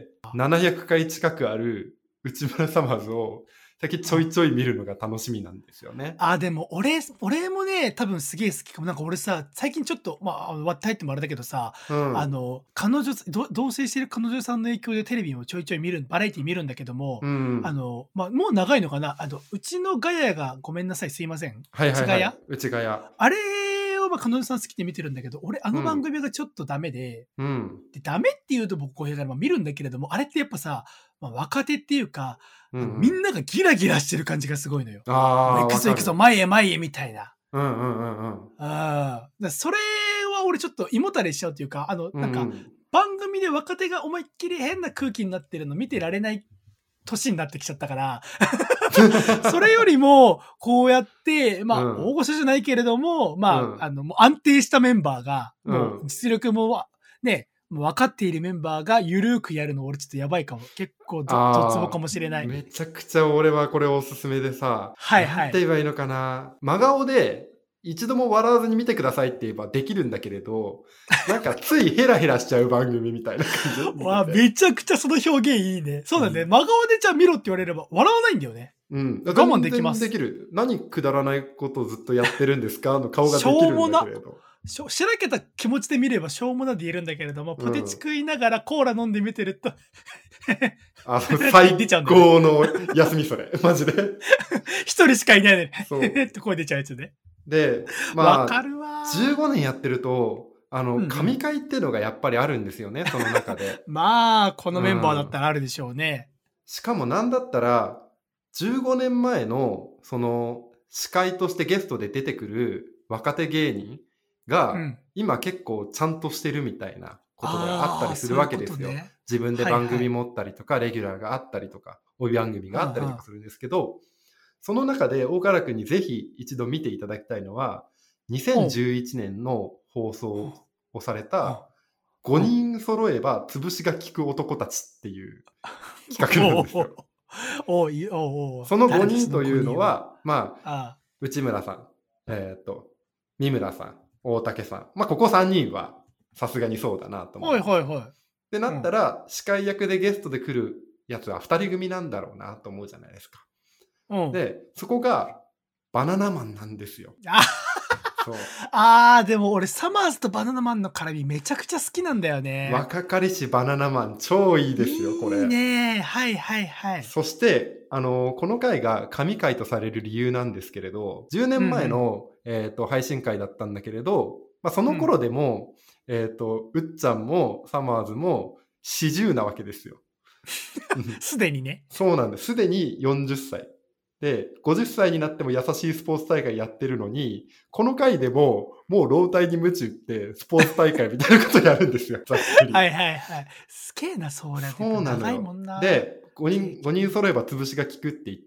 ななひゃくかい近くある内村サマーズを最近ちょいちょい見るのが楽しみなんですよね。 あ、でも俺俺もね、多分すげえ好きかも。なんか俺さ、最近ちょっと、まあ、割って入ってもあれだけどさ、 うん。 あの、彼女ど同棲してる彼女さんの影響でテレビをちょいちょい見るバラエティ見るんだけども、 うん。 あの、まあ、もう長いのかな、あの、うちのガヤがごめんなさい、すいません。 はいはいはい。 うちガヤ？ 内ヶ谷。 あれを、ま、彼女さん好きで見てるんだけど、俺あの番うん。 組がちょっとダメで、 うん。 で、ダメって言うと僕公平だから、ま、見るんだけれども、あれってやっぱさ、ま、若手っていうか、あの、 うんうん。 みんながギラギラしてる感じがすごいのよ。 あもう行あ、 くぞ行くぞ、 わかる。 前へ前へみたいな。 うんうんうんうん。 ああ、だ、それは俺ちょっと胃もたれしちゃうというか、あの、 うんなんか、 うん。 番組で若手が思いっきり変な空気になってるの見てられない年になってきちゃったから、それよりも、こうやって、まあ、 うん。 大御所じゃないけれども、まあ、 うん。 あの、もう安定したメンバーが、もううん。 実力もね、もう分かっているメンバーがゆるーくやるの俺ちょっとやばいかも。結構ゾゾツボかああ、 もしれない。 めちゃくちゃ俺はこれおすすめでさ、なんてはいはい。 言えばいいのかな。真顔で一度も笑わずに見てくださいって言えばできるんだけれど、なんかついヘラヘラしちゃう番組みたいな感じ見てわあ、 て。 めちゃくちゃその表現いいね。そうだね。 うん。 真顔でじゃあ見ろって言われれば笑わないんだよね。 うん。 我慢全できます。 然できる。何くだらないことをずっとやってるんですかの顔がしできるんょうもな。 だけれど。 しょしらけた気持ちで見ればしょうもなで言えるんだけれども、ポテチうん。 食いながらコーラ飲んで見てるとあの、 って出最ちゃうんだよね。 高の休みそれ。マジで。 一人しかいないのにそって声出ちゃうやつね。 う。で、 わかまあ、 るわじゅうごねんやってると、 あの、 うんうん神回っていうのがやっぱりあるんですよね、その中で。 まあ、このメンバーだったらあるでしょうね。 しかもなんだったら、じゅうごねんまえの、その、司会としてゲストで出てくる若手芸人が、 うん。 今結構ちゃんとしてるみたいなことがあったああ、 りするそういうこわけですよ。 とね。 自分ではいはい。 番組持ったりとか、レギュラーがあったりとか、帯番組があったりはんはん。 とかするんですけど、その中で大原くんにぜひ一度見ていただきたいのは、 ほう。 にせんじゅういちねんの放送ほう。 をされほう。 たほう。 ごにん揃えば潰しが効く男たちっていう企画なんおですよ。 お、おい、おお、 その5 誰だその人というごにんは。 のは、まあ、 ああ。 内村さん、えっ、と、三村さん、大竹さん。まあ、ここさんにんはさすがにそうだなと思はいいます。 はいはい。 ってなうん。 ったら、司会役でゲストで来るやつはふたり組なんだろうなと思うじゃないですか。 うん。 で、そこがバナナマンなんですよ。 あそう。 あー、でも俺サマーズとバナナマンの絡みめちゃくちゃ好きなんだよね。 若かりしバナナマン超いいですよ、こいいれ。 ね。はいはいはい。 そして、あの、この回が神回とされる理由なんですけれど、じゅうねんまえうんうん。 の、えっ、と、配信回だったんだけれど、まあ、そのうん。 頃でも、えっ、と、うっちゃんもサマーズもよんじゅうなわけですよ。うんすでにね。 そうなんです。すでによんじゅっさい。で、ごじゅっさいになっても優しいスポーツ大会やってるのに、この回でも、もう老体に鞭打ってスポーツ大会みたいなことやるんですよ、ざっくり。 はいはいはい。すげえな、それ。やっぱそうなの長いもよ。 んな。 で、5人、5人揃えば潰しが効くって言って、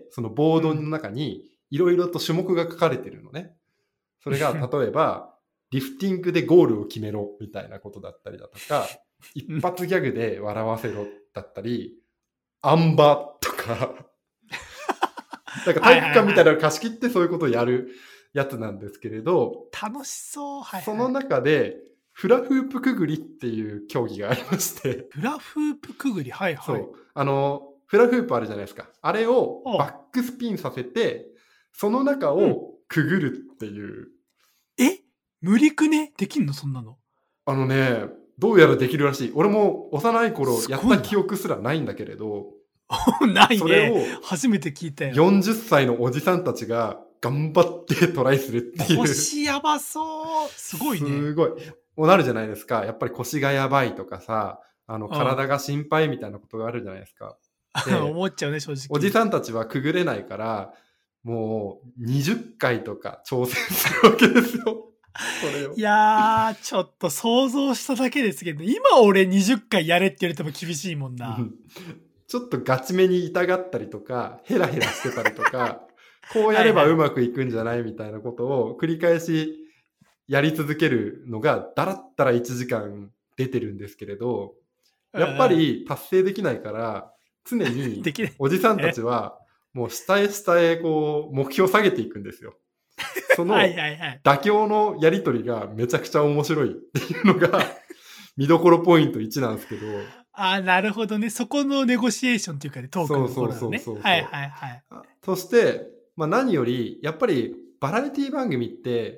そのボードのうん。 中にいろいろと種目が書かれてるのね。それが例えば、リフティングでゴールを決めろみたいなことだったりだとか、一うん発ギャグで笑わせろだったり、あん馬とか、なんかはい体育館みたいなはいはい。 のを貸し切ってそういうことをやるやつなんですけれど、 楽しそう。はいそのはい。 中で、フラフープくぐりっていう競技がありまして、 フラフープくぐり。はいはい。 そう。あの、フラフープあるじゃないですか。あれをバッああ。 クスピンさせて、その中うん。 をくぐるっていう。 え無理くねできんのそんなの。 あのね、どうやらできるらしい。俺も幼い頃すやっごいな。 た記憶すらないんだけれど、 ないね。 それを初めて聞いたよ。 よんじゅっさいのおじさんたちが頑張ってトライするっていう。 腰やばそう。すごいね。 すごい。もうなるじゃないですか。やっぱり腰がやばいとかさ、あの、 うん。 体が心配みたいなことがあるじゃないですか。で、 思っちゃうね、正おじ直。 さんたちはくぐれないから、もうにじゅっかいとか挑戦するわけですよ。それを。 いやー、ちょっと想像しただけですけど、今俺にじゅっかいやれって言われても厳しいもんな。 うんちょっとガチめに痛がったりとか、ヘラヘラしてたりとか、こうやればはいはい。 うまくいくんじゃないみたいなことを繰り返しやり続けるのが、だらったらいちじかん出てるんですけれど、 うんうやっぱん。 り達成できないから、常にできない。 おじさんたえちは、もう下へ下へこう、目標を下げていくんですよ。そはいのはいはい。 妥協のやりとりがめちゃくちゃ面白いっていうのが見どころポイントいちなんですけど、 あー、なるほどね。そこのネゴシエーションっていうかね、トークのとこそうそうそうろなのね。はいそうそはいはい。 う。あそして、まあ何より、やっぱりバラエティ番組って、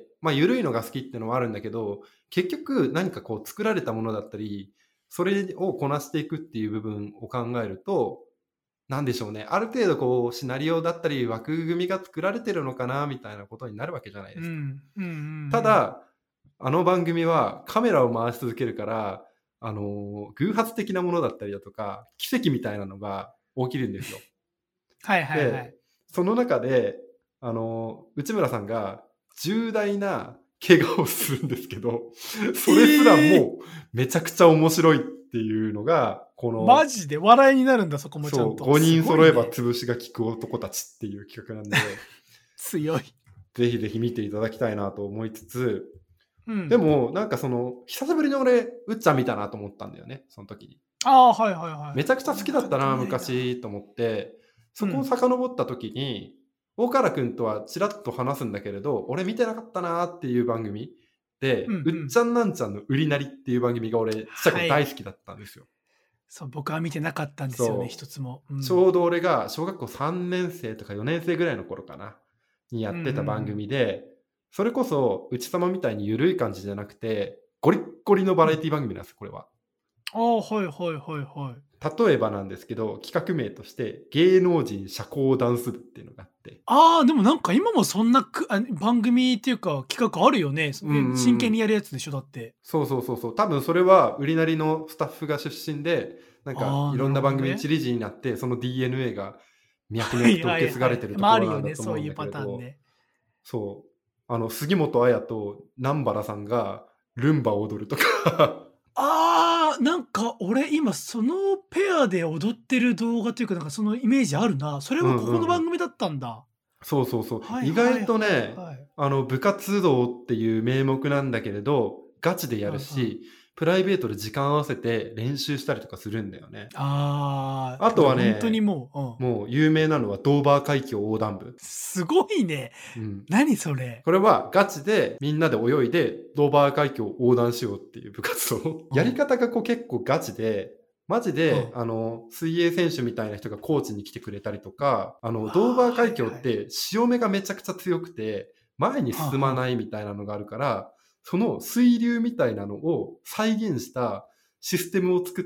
まあ緩いのが好きっていうのはあるんだけど、結局何かこう作られたものだったり、それをこなしていくっていう部分を考えると、なんでしょうね。ある程度こうシナリオだったり枠組みが作られてるのかなみたいなことになるわけじゃないですか。 うん。うんうんうん。 ただ、あの番組はカメラを回し続けるから、あの、偶発的なものだったりだとか、奇跡みたいなのが起きるんですよ。 はいはいはで、 い。 その中で、あの、内村さんが重大な怪我をするんですけど、それすらええー、 もめちゃくちゃ面白いっていうのが、この、 マジで笑いになるんだ、そこもちゃそう、 んと。 ごにすん揃えばごいね。 潰しが効く男たちっていう企画なんで、 強い。 ぜひぜひ見ていただきたいなと思いつつ、 うん。 でも、なんかその、久しぶりに俺、うっちゃん見たなと思ったんだよね、その時に。 ああ、はいはいはい。 めちゃくちゃ好きだったな、 俺もまだ見ないな。 昔と思って、そこをうん。 遡った時に、大原くんとはちらっと話すんだけれど、俺見てなかったなっていう番組で、うっうんうん。 ちゃんなんちゃんの売りなりっていう番組が俺、ちっちゃい頃はい。 大好きだったんですよ。 そう、僕は見てなかったんですよね、 そう。 一つも。うちん。 ょうど俺が小学校さんねん生とかよねん生ぐらいの頃かな、にやうんうんうってた番ん。 組で、それこそ、うち様みたいに緩い感じじゃなくて、ゴリッゴリのバうん。 ラエティ番組なんですよ、これは。 ああ、はいはいはいはい。 例えばなんですけど、企画名として芸能人社交ダンス部っていうのがあって。 ああ、でもなんか今もそんなくあ、番組っていうか、企画あるよね。そうんうえ、真んうん。 剣にやるやつでしょ、だって。 そうそうそうそう。多分それは売りなりのスタッフが出身で、なんかああ、なるいろんな番ほどね。 組に散り地になって、その ディーエヌエー が脈々 はいと受け継がはいはい。 れてるとま、あころなんだるよね、 と思うんだけそういうパれど、 ターンね。 そう。あの、杉本彩と南原さんがルンバを踊るとか。 ああ、なんか俺今そのペアで踊ってる動画というか、なんかそのイメージあるな。それうはここのんうんうん。 番組だったんだ。 そうそうそう。 はい意外はいはいとね、 はい。 あの、部活動っていう名目なんだけれど、ガチでやうんうん。 るし、プライベートで時間合わせて練習したりとかするんだよね。 ああ、 あとじゃ、ほんとにはね、 もう、うん。 もう有名なのはドーバー海峡横断部。 すごいね。 うん。 何それ？ これはガチでみんなで泳いでドーバー海峡を横断しようっていう部活動。 うん。 やり方がこう結構ガチで、マジで、 うん。 あの、水泳選手みたいな人がコーチに来てくれたりとか、あの、ドーバああ、 ー海峡はいはい。 って潮目がめちゃくちゃ強くて、前にはあはあ。 進まないみたいなのがあるから、その水流みたいなのを再現したシステムを作って、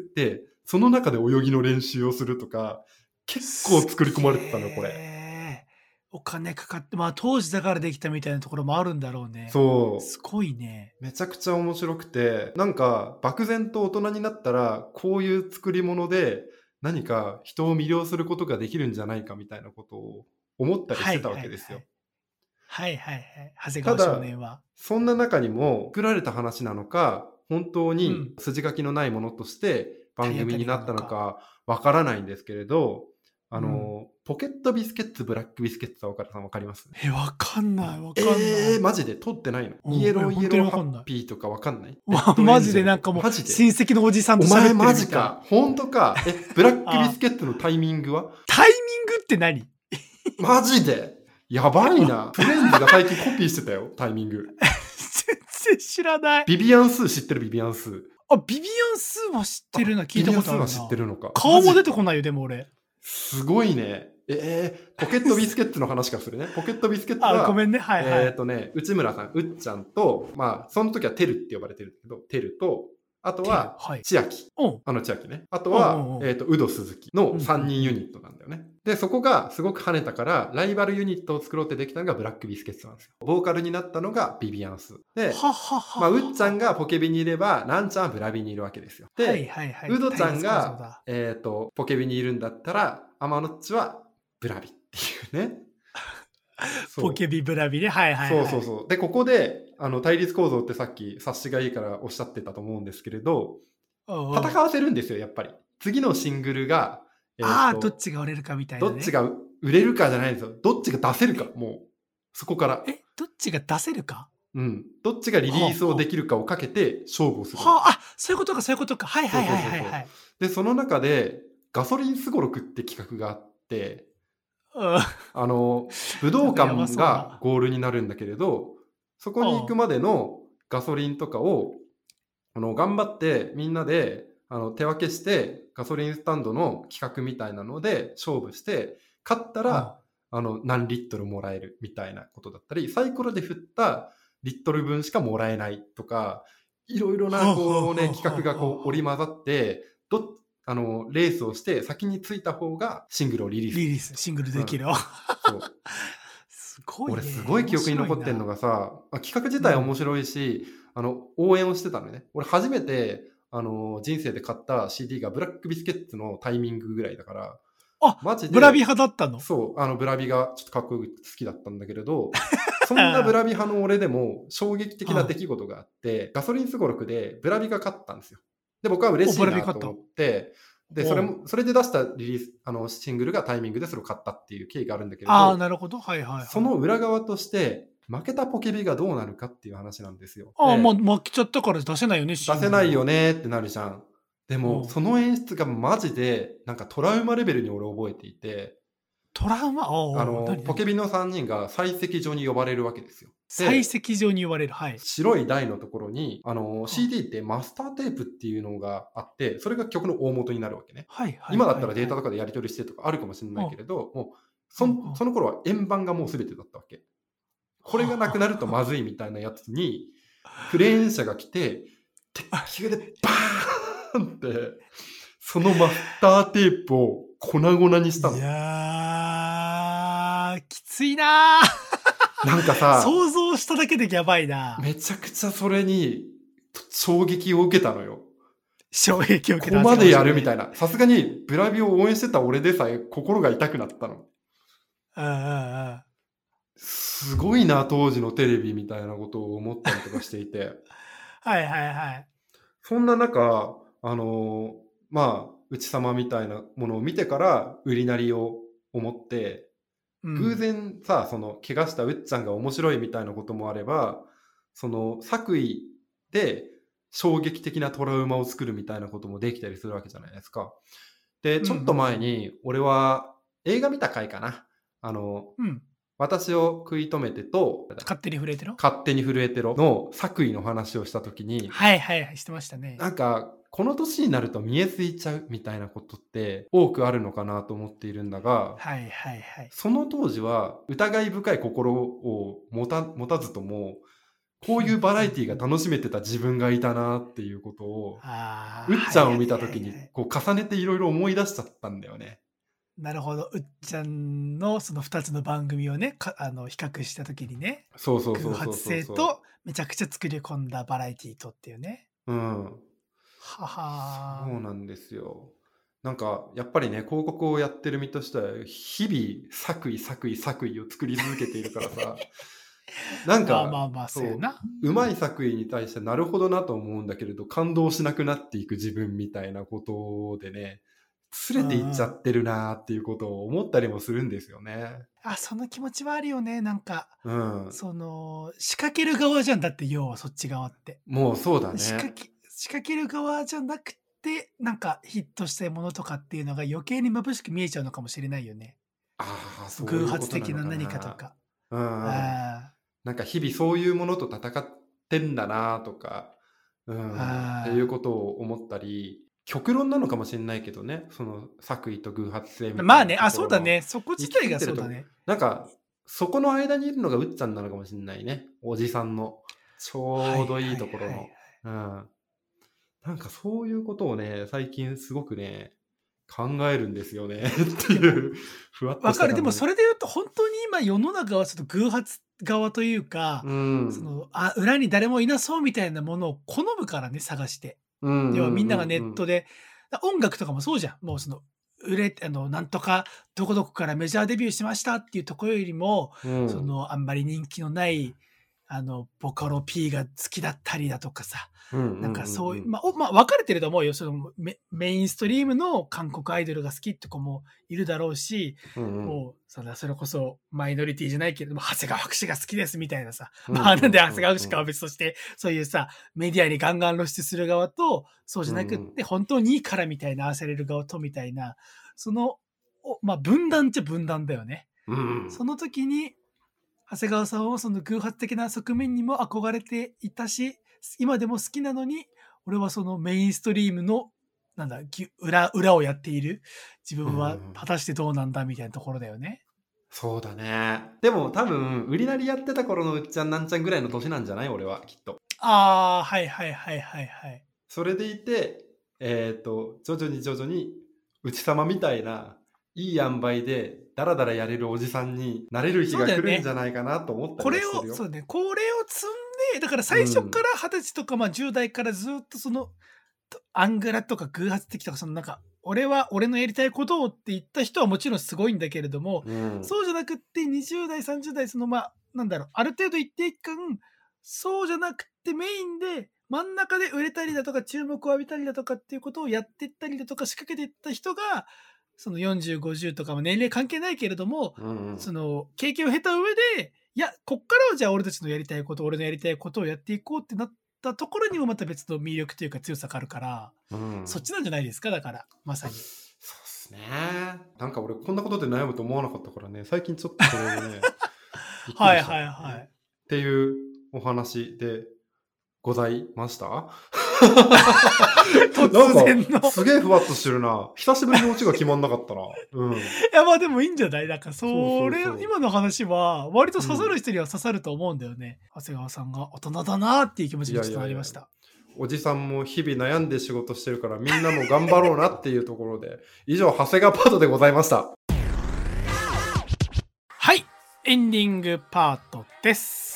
その中で泳ぎの練習をするとか、結構すっ作り込まれてたのよ、これ。 げえ。お金かかって、まあ、当時だからできたみたいなところもあるんだろうね。すそう。 ごいね。 めちゃくちゃ面白くて、なんか漠然と大人になったら、こういう作り物で何か人を魅了することができるんじゃないかみたいなことを思ったりしてたわはいはけですよ。 いはい。はいはいはい。長谷川少ただ、 年は。 そんな中にも作られた話なのか、本当にうん。 筋書きのないものとして番体当たり組になっなのか。 たのかわからないんですけれど、あうん。 の、ポケットビスケッツ、ブラックビスケッツは岡田さんわかります？ え、わかんないわかんなえー、 い。 マジで撮ってないの？イエうん、え、ほんとローイエローハッにわかんない。 ピーとかわかんない？レッま、 ドエマンジェルとか、 ジでなんかもう、 マジで？ 親戚のおじさんと喋ってお前マるみたい。 ジか。ほんとか。え、ブラックビああ。 スケットのタイミングは？ タイミングって何？ マジで？やばいな。フレンズが最近コピーしてたよ、タイミング。 全然知らない。 ビビアンスー知ってる？ビビアンスー。 あ、ビビアンスーは知ってるな、 あ、 聞いたビビアンことあるな。 スーは知ってるのか。マ顔もジか。 出てこないよ、でも俺。 すごいね。えー、ポケットビスケッツの話からするね。ポケットビスケッツあ、ごめは、 んね、はいはい。 えっとね、内村さん、うっちゃんと、まあ、その時はテルって呼ばれてるんだけど、テルと、あとテル、 は、 はい。 千秋。 うん。 あの千秋ね。あとうんうは、 んうん。 えっと、ウド鈴木のうん、ふ 3 んふん。 人ユニットなんだよね。で、そこがすごく跳ねたから、ライバルユニットを作ろうってできたのがブラックビスケッツなんですよ。ボーカルになったのがビビアンス。で、 はははまあ、うっちゃんは。 がポケビにいれば、なんちゃんはブラビにいるわけですよ。 はいで、 はいはい。 ウドちゃん対立構造が、 だ。 えっと、ポケビにいるんだったら、アマノッチはブラビっていうね。 ポケそう。 ビブラビね、はいはいはい。 そうそうそう。で、ここで、あの、対立構造ってさっき察しがいいからおっしゃってたと思うんですけれど、 うんうん。 戦わせるんですよ、やっぱり。次のシングルが、えっああ、どっと、 ちが売れるかみたいなね。 どっちが売れるかじゃないんですよ。どっちが出せるか、もう、そこから。 え、どっちが出せるか？ うん。どっちがリリースをはあはあ。 できるかをかけて勝負をするの。 はあ、あ、そういうことかそういうことか。はいそうはいはいそうそうそう。 はいはい。 で、その中で、ガソリンすごろくって企画があって、 うん。 あの、武道なんかやば館がそうな。 ゴールになるんだけれど、そこに行くうん。 までのガソリンとかを、あの、頑張ってみんなで、あの、手分けして、ガソリンスタンドの企画みたいなので勝負して、勝ったうん。 ら、あの、何リットルもらえるみたいなことだったり、サイコロで振ったリットル分しかもらえないとか、いろいろな、 はあはあこうね、 はあは企画があこう織りはあ。 交ざって、ど、あの、レースをして先に着いた方がシングルをリリースリリース、 できるんですよ。 シングルうん。 できる。 そう。 すごい俺すね、面ごい記憶に残ってんの白いな。 がさ、あ、企画自うん。 体面白いし、あの、応援をしてたのね。俺初めて、あの、人生で買った シーディー がブラックビスケッツのタイミングぐらいだから、 あ、 マジブラビで、 派だったの？ そう、あの、ブラビがちょっとかっこよく好きだったんだけれど、そんなブラビ派の俺でも衝撃的な出来事があって、ガソリンすごろくでブラビが勝ったんですよ。で、僕は嬉お、 しいブラビ勝った。 なと思って、で、それおう。 も、それで出したリリース、あの、シングルがタイミングでそれを買ったっていう経緯があるんだけれああ、 ど、 なるほど。はいはいはい。 その裏側として、負けたポケビがどうなるかっていう話なんですよ。 ああ、ま、 で、 負けちゃったから出せないよね、シ出せないよングルは。 ねってなるじゃん。でも、 うん。 その演出がマジで、なんかトラウマレベルに俺覚えていて、 トラウマ、おうおう、なあの、 になに？ ポケビのさんにんが採石場に呼ばれるわけですよ。 採で、 石場に呼ばれる、はい。 白い台のところに、あの、 はあ。 シーディー ってマスターテープっていうのがあって、それが曲の大元になるわけね。 はいはい今だっはいはい。 たらデータとかでやり取りしてとかあるかもしれうん。 ないけれど、もう、そうんうん。 んその頃は円盤がもう全てだったわけ。これはあはがなくなるとあはまずいみたいなやつに、クレーン車が来て、鉄あ。あ、 球でバーンなんで、そのマスターテープを粉々にしたの。 いやー、きついなー。 なんかさ、 想像しただけでやばいな。 めちゃくちゃそれに衝撃を受けたのよ。 衝撃を受けた。 ここまでやるみたいな。 な。さすがにブラビを応援してた俺でさえ心が痛くなったの。 うんうんうん。 すごいな、当時のテレビみたいなことを思ったりとかしていて。 はいはいはい。 そんな中、あのーまあ、内様みたいなものを見てから、売りなりを思って、 うん偶然さ、その、怪我したうっちゃんが面白いみたいなこともあれば、その、作為で衝撃的なトラウマを作るみたいなこともできたりするわけじゃないですか。で、ちょっと前に、俺は映画見た回かな。あの、 うん。 私を食い止めてと、 勝手に震えてろ。 勝手に震えてろの作為の話をしたときに、 はいはいはい、してましたね。 なんか、この年になると見えすいちゃうみたいなことって多くあるのかなと思っているんだが、 はいはいはい。 その当時は疑い深い心を持た、持たずとも、こういうバラエティが楽しめてた自分がいたなっていうことを、 あうっちゃんを見た時にはいはいはいはいこう重ねていろいろ思い出しちゃったんだよね。 なるほど。うっちゃんのそのふたつの番組をね、かあの比較したときにね、 そうそうそう偶発そうそうそう。 性とめちゃくちゃ作り込んだバラエティとっていうね。 うん。 ははー。 そうなんですよ。なんか、やっぱりね、広告をやってる身としては、日々、作為、作為、作為を作り続けているからさ、なんか、 まあまあまあ、そうやそう、 な。 うまい作為に対してなるほどなと思うんだけれど、感動しなくなっていく自分みたいなことでね、連れていっちゃってるなーっていうことを思ったりもするんですよね。 あ、その気持ちはあるよね。なんか、 うん。 その、仕掛ける側じゃんだって、要はそっち側って。 もうそうだね。 仕掛け、仕掛ける側じゃなくて、なんかヒットしたものとかっていうのが余計に眩しく見えちゃうのかもしれないよね。 ああ、そうい偶うこ発的なとなのか何かとか。 な。うんうん。 あなんか日々そういうものと戦ってんだなとか、うん、 あーっていうことを思ったり、極論なのかもしれないけどね、その作為と偶発性みたいなまあね、あ、 ところのそうだね。そこ自体がそうだね。 なんか、そこの間にいるのがうっちゃんなのかもしれないね。おじさんの。ちょうどいいところはいはいはいの。うん。なんかそういうことをね、最近すごくね、考えるんですよね。っていう、ふわっとわかる。 した感じでもそれで言うと、本当に今世の中はちょっと偶発側というか、 うん。 その、あ、裏に誰もいなそうみたいなものを好むからね、探して。 うん要はみんながネットで。 で、だ音楽とかもそうじゃん。もうその、売れ、あの、なんとか、どこどこからメジャーデビューしましたっていうところよりも、 うんその、あんまり人気のない、あの、ボカロ P が好きだったりだとかさ、なんかそういう、まあ、おまあ、分かれてると思うよ。そのメ、メインストリームの韓国アイドルが好きって子もいるだろうし、 うんうんもう、それそれこそマイノリティじゃないけれども、長谷川博士が好きですみたいなさ。 うんまあ、なんで長谷川博士かは別として、そういうさ、メディアにガンガン露出する側と、そうじゃなくって、本当にいいからみたいな合わせれる側とみたいな、その、おまあ、分断っちゃ分断だよね。 うんその時に、長谷川さんはその偶発的な側面にも憧れていたし、今でも好きなのに、俺はそのメインストリームの、なんだ、ぎ裏、裏をやっている自分は果たしてどうなんだみたいなところだよね。 そうだね。でも多分、売りなりやってた頃のうっちゃんなんちゃんぐらいの年なんじゃない俺は、きっと。 ああ、はいはいはいはいはい。 それでいて、えっ、と、徐々に徐々に、内様みたいな、いい塩梅で、ダラダラやれるおじさんになれる日が来るんじゃないかなと思ったこれを、 りはしてるよ。 そうね、これを積んで、だから最初からはたちとか、まあじゅう代からずっとその、とアングラとか偶発的とか、そのなんか、俺は俺のやりたいことをって言った人はもちろんすごいんだけれども、 うん。 そうじゃなくってにじゅう代、さんじゅう代、そのまあ、なんだろう、ある程度一定期間、そうじゃなくってメインで真ん中で売れたりだとか注目を浴びたりだとかっていうことをやっていったりだとか仕掛けていった人が、そのよんじゅう、ごじゅうとかも年齢関係ないけれども、 うんうんその経験を経た上で、いや、こっからはじゃあ俺たちのやりたいこと、俺のやりたいことをやっていこうってなったところにもまた別の魅力というか強さがあるから、 うんそっちなんじゃないですか、だから、まさに。 そうっすね。なんか俺こんなことで悩むと思わなかったからね、最近ちょっとそれをね、びっくりしたはいはいはい。 っていうお話でございました突然のなんかすげえふわっとしてるな。久しぶりにオチが決まんなかったな。うん。 いや、まあでもいいんじゃないなんか、それ、 そうそうそう今の話は、割と刺さる人には刺さると思うんだよね。長谷川さんが大人だなっていう気持ちにちょっとなりました。 おじさんも日々悩んで仕事してるからみんなも頑張ろうなっていうところで以上長谷川パートでございました。 はい、エンディングパートです。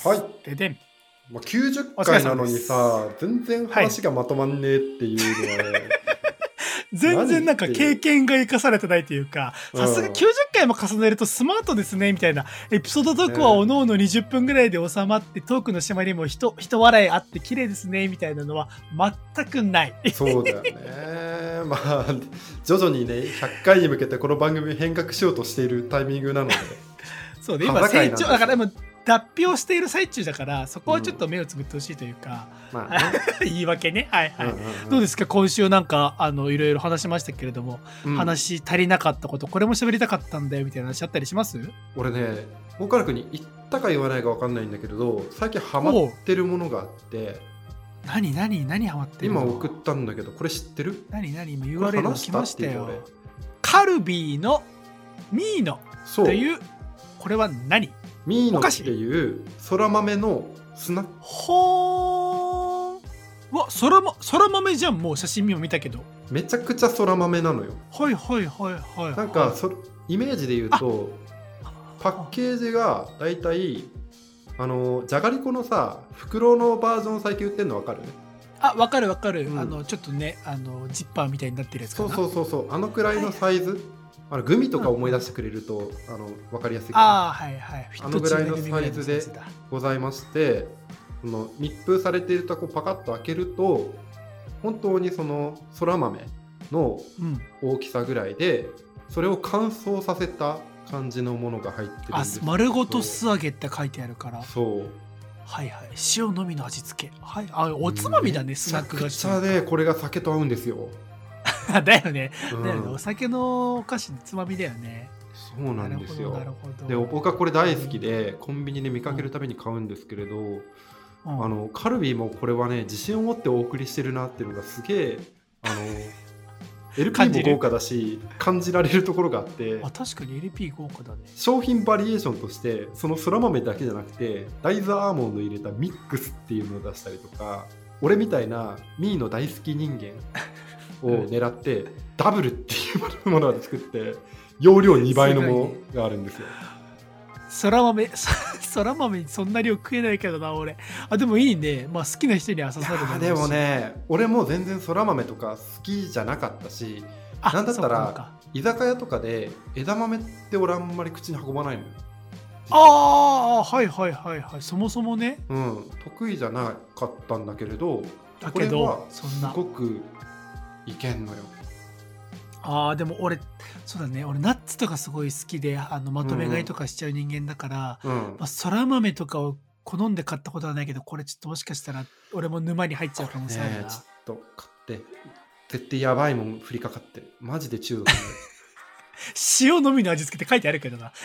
はい。 ででん。 まあ、きゅうじゅっかいなのにさ、全然話がまとまんねえっていうのはね、はい、 全然なんか経験が生かされてないというか、さすがきゅうじゅっかいも重ねるとスマートですねみたいな、エピソードトークはおのおのにじゅっぷんぐらいで収まって、トークの締まりも人人笑いあって綺麗ですねみたいなのは全くない。 そうだよね。まあ徐々にねひゃっかいに向けてこの番組を変革しようとしているタイミングなので。 そうで今成長だから今脱皮している最中だからそこはちょっと目をつぶってほしいというか、うんまあね、言い訳ね。はいはい、うんうんうん、どうですか今週なんかあのいろいろ話しましたけれども、うん、話足りなかったことこれも喋りたかったんだよみたいな話あったりします？ 俺ね岡原君に言ったか言わないか分かんないんだけれど最近ハマってるものがあって。 何何何ハマってるの？ 今送ったんだけどこれ知ってる？ 何何今 ユーアールエル 来ましたよ。カルビーのミーノというこれは何？ ミーノっていうそら豆のスナック。 ほーん。わ、そらま、そら豆じゃん。もう写真見たけどめちゃくちゃそら豆なのよ。 はいはいはいはい、はい、 なんかそイメージで言うとパッケージがだいたいあのじゃがりこのさ袋のバージョン最近売ってるの分かる？ あ、分かる分かる、うん、あのちょっとねあのジッパーみたいになってるやつかな。 そうそうそうそうあのくらいのサイズ、はい、あのグミとか思い出してくれると、うん、あの分かりやすいかな。 あ、はいはい、 あのぐらいのサイズでございまして、その密封されているとこパカッと開けると本当にそのそら豆の大きさぐらいで、うん、それを乾燥させた感じのものが入ってるんですけど、 あ、丸ごと素揚げって書いてあるから。 そうはいはい、塩のみの味付け、はい、あ、おつまみだね、スナック菓子。 めちゃくちゃでこれが酒と合うんですよ。 だよね、うん、だよね、お酒のお菓子のつまみだよね。 そうなんですよ。で僕はこれ大好きで、うん、コンビニで見かけるたびに買うんですけれど、うん、あのカルビーもこれはね自信を持ってお送りしてるなっていうのがすげえあのエルピー も豪華だし感じられるところがあって。 あ、確かに エルピー 豪華だね。 商品バリエーションとしてそのそら豆だけじゃなくて大豆アーモンド入れたミックスっていうのを出したりとか、俺みたいなミーの大好き人間を狙ってダブルっていうものを作って容量にばいのものがあるんですよ。 そら豆そら豆にそんな量食えないけどな俺。あ、でもいいね。まあ好きな人には刺さるだろうし。 でもね俺も全然そら豆とか好きじゃなかったし、なんだったら居酒屋とかで枝豆って俺あんまり口に運ばないのよ。 ああ、はいはいはいはい。そもそもね、 うん、得意じゃなかったんだけれど、 だけどこれはすごくいけんのよ。 ああ、でも俺そうだね、俺ナッツとかすごい好きであのまとめ買いとかしちゃう人間だから、うんまあ、そら豆とかを好んで買ったことはないけど、これちょっともしかしたら俺も沼に入っちゃう可能性あるな。 ね、ちょっと買って絶対やばいもん降りかかってマジで中毒になる。 塩のみの味付けって書いてあるけどな。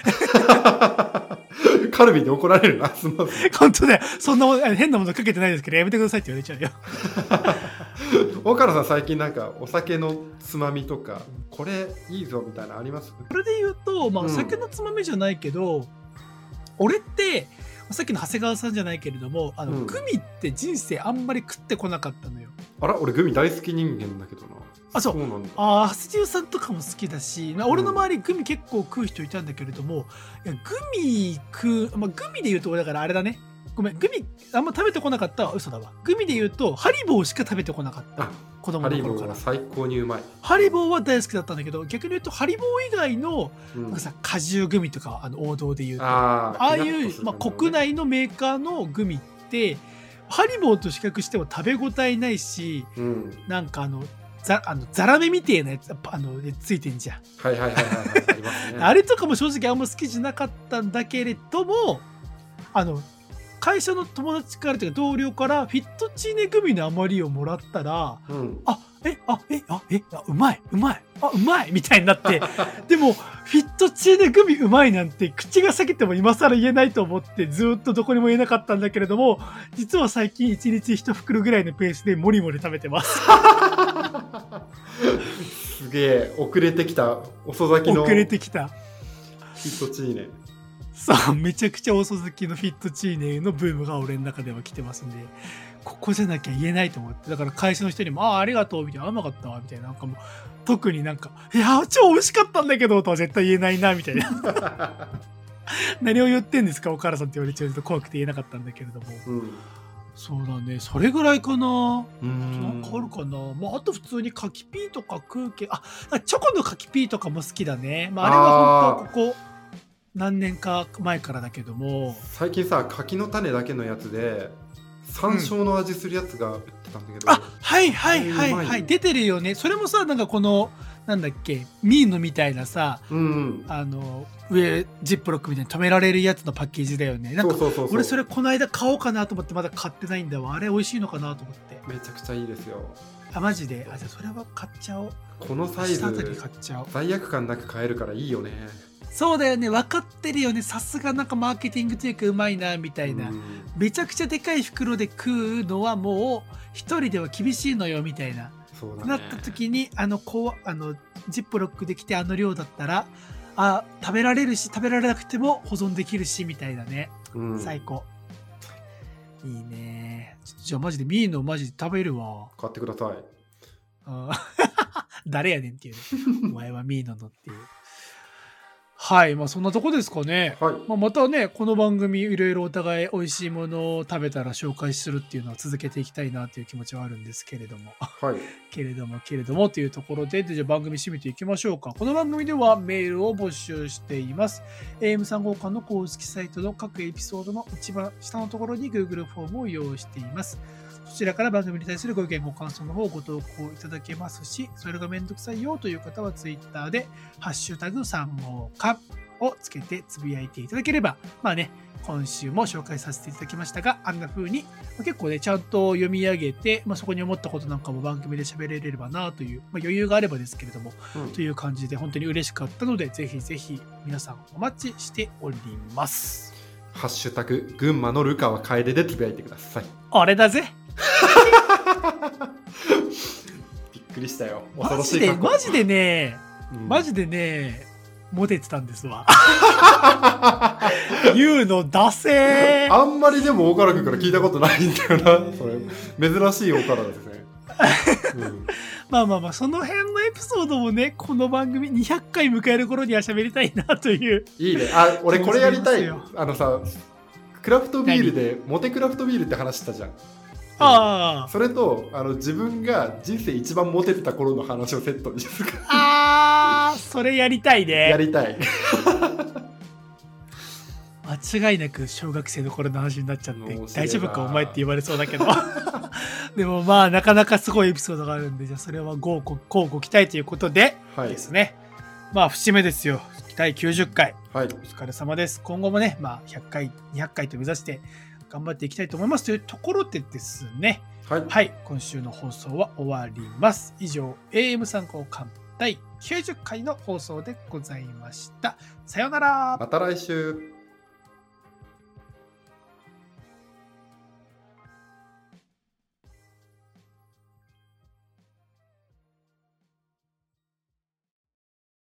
カルビーで怒られるな。すみません。 本当だよ。そんなもん変なものかけてないですけどやめてくださいって言われちゃうよ。 岡野さん最近なんかお酒のつまみとかこれいいぞみたいなのあります？ これで言うと、まあ、お酒のつまみじゃないけど、うん、俺ってさっきの長谷川さんじゃないけれどもあの、うん、グミって人生あんまり食ってこなかったのよ。 あら、俺グミ大好き人間だけどな。 あ、そう。 そうなんだ。 あ、長谷川さんとかも好きだし、まあ、俺の周りグミ結構食う人いたんだけれども、いやグミ食う、まあ、グミで言うとだからあれだね。ごめん、グミあんま食べてこなかったは嘘だわ。グミで言うとハリボーしか食べてこなかった。子供の頃から。 ハリボーは最高にうまい。 ハリボーは大好きだったんだけど、逆に言うとハリボー以外の、うん、なんかさ果汁グミとかあの王道で言うと、あ, ああいう、ねまあ、国内のメーカーのグミってハリボーと比較しても食べ応えないし、うん、なんかあのザ, あのザラメみてえなやつあのついてんじゃん。 はいはいはいはい、はい、ありますね。 あれとかも正直あんま好きじゃなかったんだけれども、あの会社の友達からというか同僚からフィットチーネグミの余りをもらったら、うん、あえあえあえあうまいうまいあうまいみたいになってでもフィットチーネグミうまいなんて口が裂けても今更言えないと思ってずっとどこにも言えなかったんだけれども、実は最近いちにちいち袋ぐらいのペースでモリモリ食べてます。 すげえ遅れてきた遅咲きの遅れてきたフィットチーネ。 さあめちゃくちゃ遅咲きのフィットチーネのブームが俺の中では来てますんで、 ここじゃなきゃ言えないと思って、だから会社の人にも、ああ、ありがとうみたいな、甘かったわみたいな、なんかもう、特になんか、いや、超美味しかったんだけどとは絶対言えないなみたいな。何を言ってんですか、お母さんって言われちゃうと怖くて言えなかったんだけれども。うん、そうだね、それぐらいかな。なんかあるかな。まあ、あと普通に柿ピーとか空気、あ、チョコの柿ピーとかも好きだね。まあ、あれは本当ここ何年か前からだけども。 最近さ、柿の種だけのやつで、山椒の味するやつが売ってたんだけど。 うん、あ、はいはいはいはい。出てるよね。それもさ、なんかこの、なんだっけ、ミーノみたいなさ、うんうん、あの、上、ジップロックみたいに止められるやつのパッケージだよね。なんか、そうそうそうそう、俺それこの間買おうかなと思ってまだ買ってないんだわ。あれ美味しいのかなと思って。 めちゃくちゃいいですよ。 あ、マジで。あ、じゃあそれは買っちゃおう。 このサイズ、罪悪感なく買えるからいいよね。 そうだよね、分かってるよね。さすがなんかマーケティングというかうまいなみたいな、うん、めちゃくちゃでかい袋で食うのはもう一人では厳しいのよみたいな。そうだね、なった時にあのこうあのジップロックできてあの量だったらあ食べられるし食べられなくても保存できるしみたいなね、うん、最高。いいね。じゃあマジでミーノマジで食べるわ。 買ってください。 あ誰やねんっていうね。お前はミーノのっていう。はい、まあそんなとこですかね。はい、まあ、またね、この番組いろいろお互い美味しいものを食べたら紹介するっていうのは続けていきたいなという気持ちはあるんですけれども。はい。けれども、けれどもというところで、でじゃあ番組締めていきましょうか。この番組ではメールを募集しています。エーエムさんごうかんの公式サイトの各エピソードの一番下のところに Google フォームを用意しています。そちらから番組に対するご意見ご感想の方をご投稿いただけますし、それがめんどくさいよという方は Twitter でハッシュタグさんごうかんをつけてつぶやいていただければ、まあね、今週も紹介させていただきましたが、あんな風に結構ね、ちゃんと読み上げて、まあ、そこに思ったことなんかも番組で喋れればなという、まあ、余裕があればですけれども、うん、という感じで本当に嬉しかったので、ぜひぜひ皆さんお待ちしております。 ハッシュタグ群馬のルカワ楓でつぶやいてください。 あれだぜ。 びっくりしたよ。 恐ろしい。マジでマジでね、うん、マジでねモテてたんですわ。言うのダセー。 あんまりでも岡田君から聞いたことないんだよな。それ珍しい岡田ですね。 うん、まあまあまあその辺のエピソードもね、この番組にひゃっかい迎える頃には喋りたいなという。 いいね。あ、俺これやりたい。あのさ、クラフトビールでモテクラフトビールって話したじゃん。 ああ、 それとあの自分が人生一番モテてた頃の話をセットにする。 ああ、それやりたいね。 やりたい。 間違いなく小学生の頃の話になっちゃって大丈夫かお前って言われそうだけど。でもまあなかなかすごいエピソードがあるんで、じゃあそれはごこうご期待ということでですね、はい、まあ節目ですよ。だいきゅうじゅっかい、はい、お疲れ様です。今後もね、まあ、ひゃっかいにひゃっかいと目指して頑張っていきたいと思いますというところでですね、はい、はい、今週の放送は終わります。以上 エーエムさんごうかんだいきゅうじゅっかいの放送でございました。さようなら。 また来週。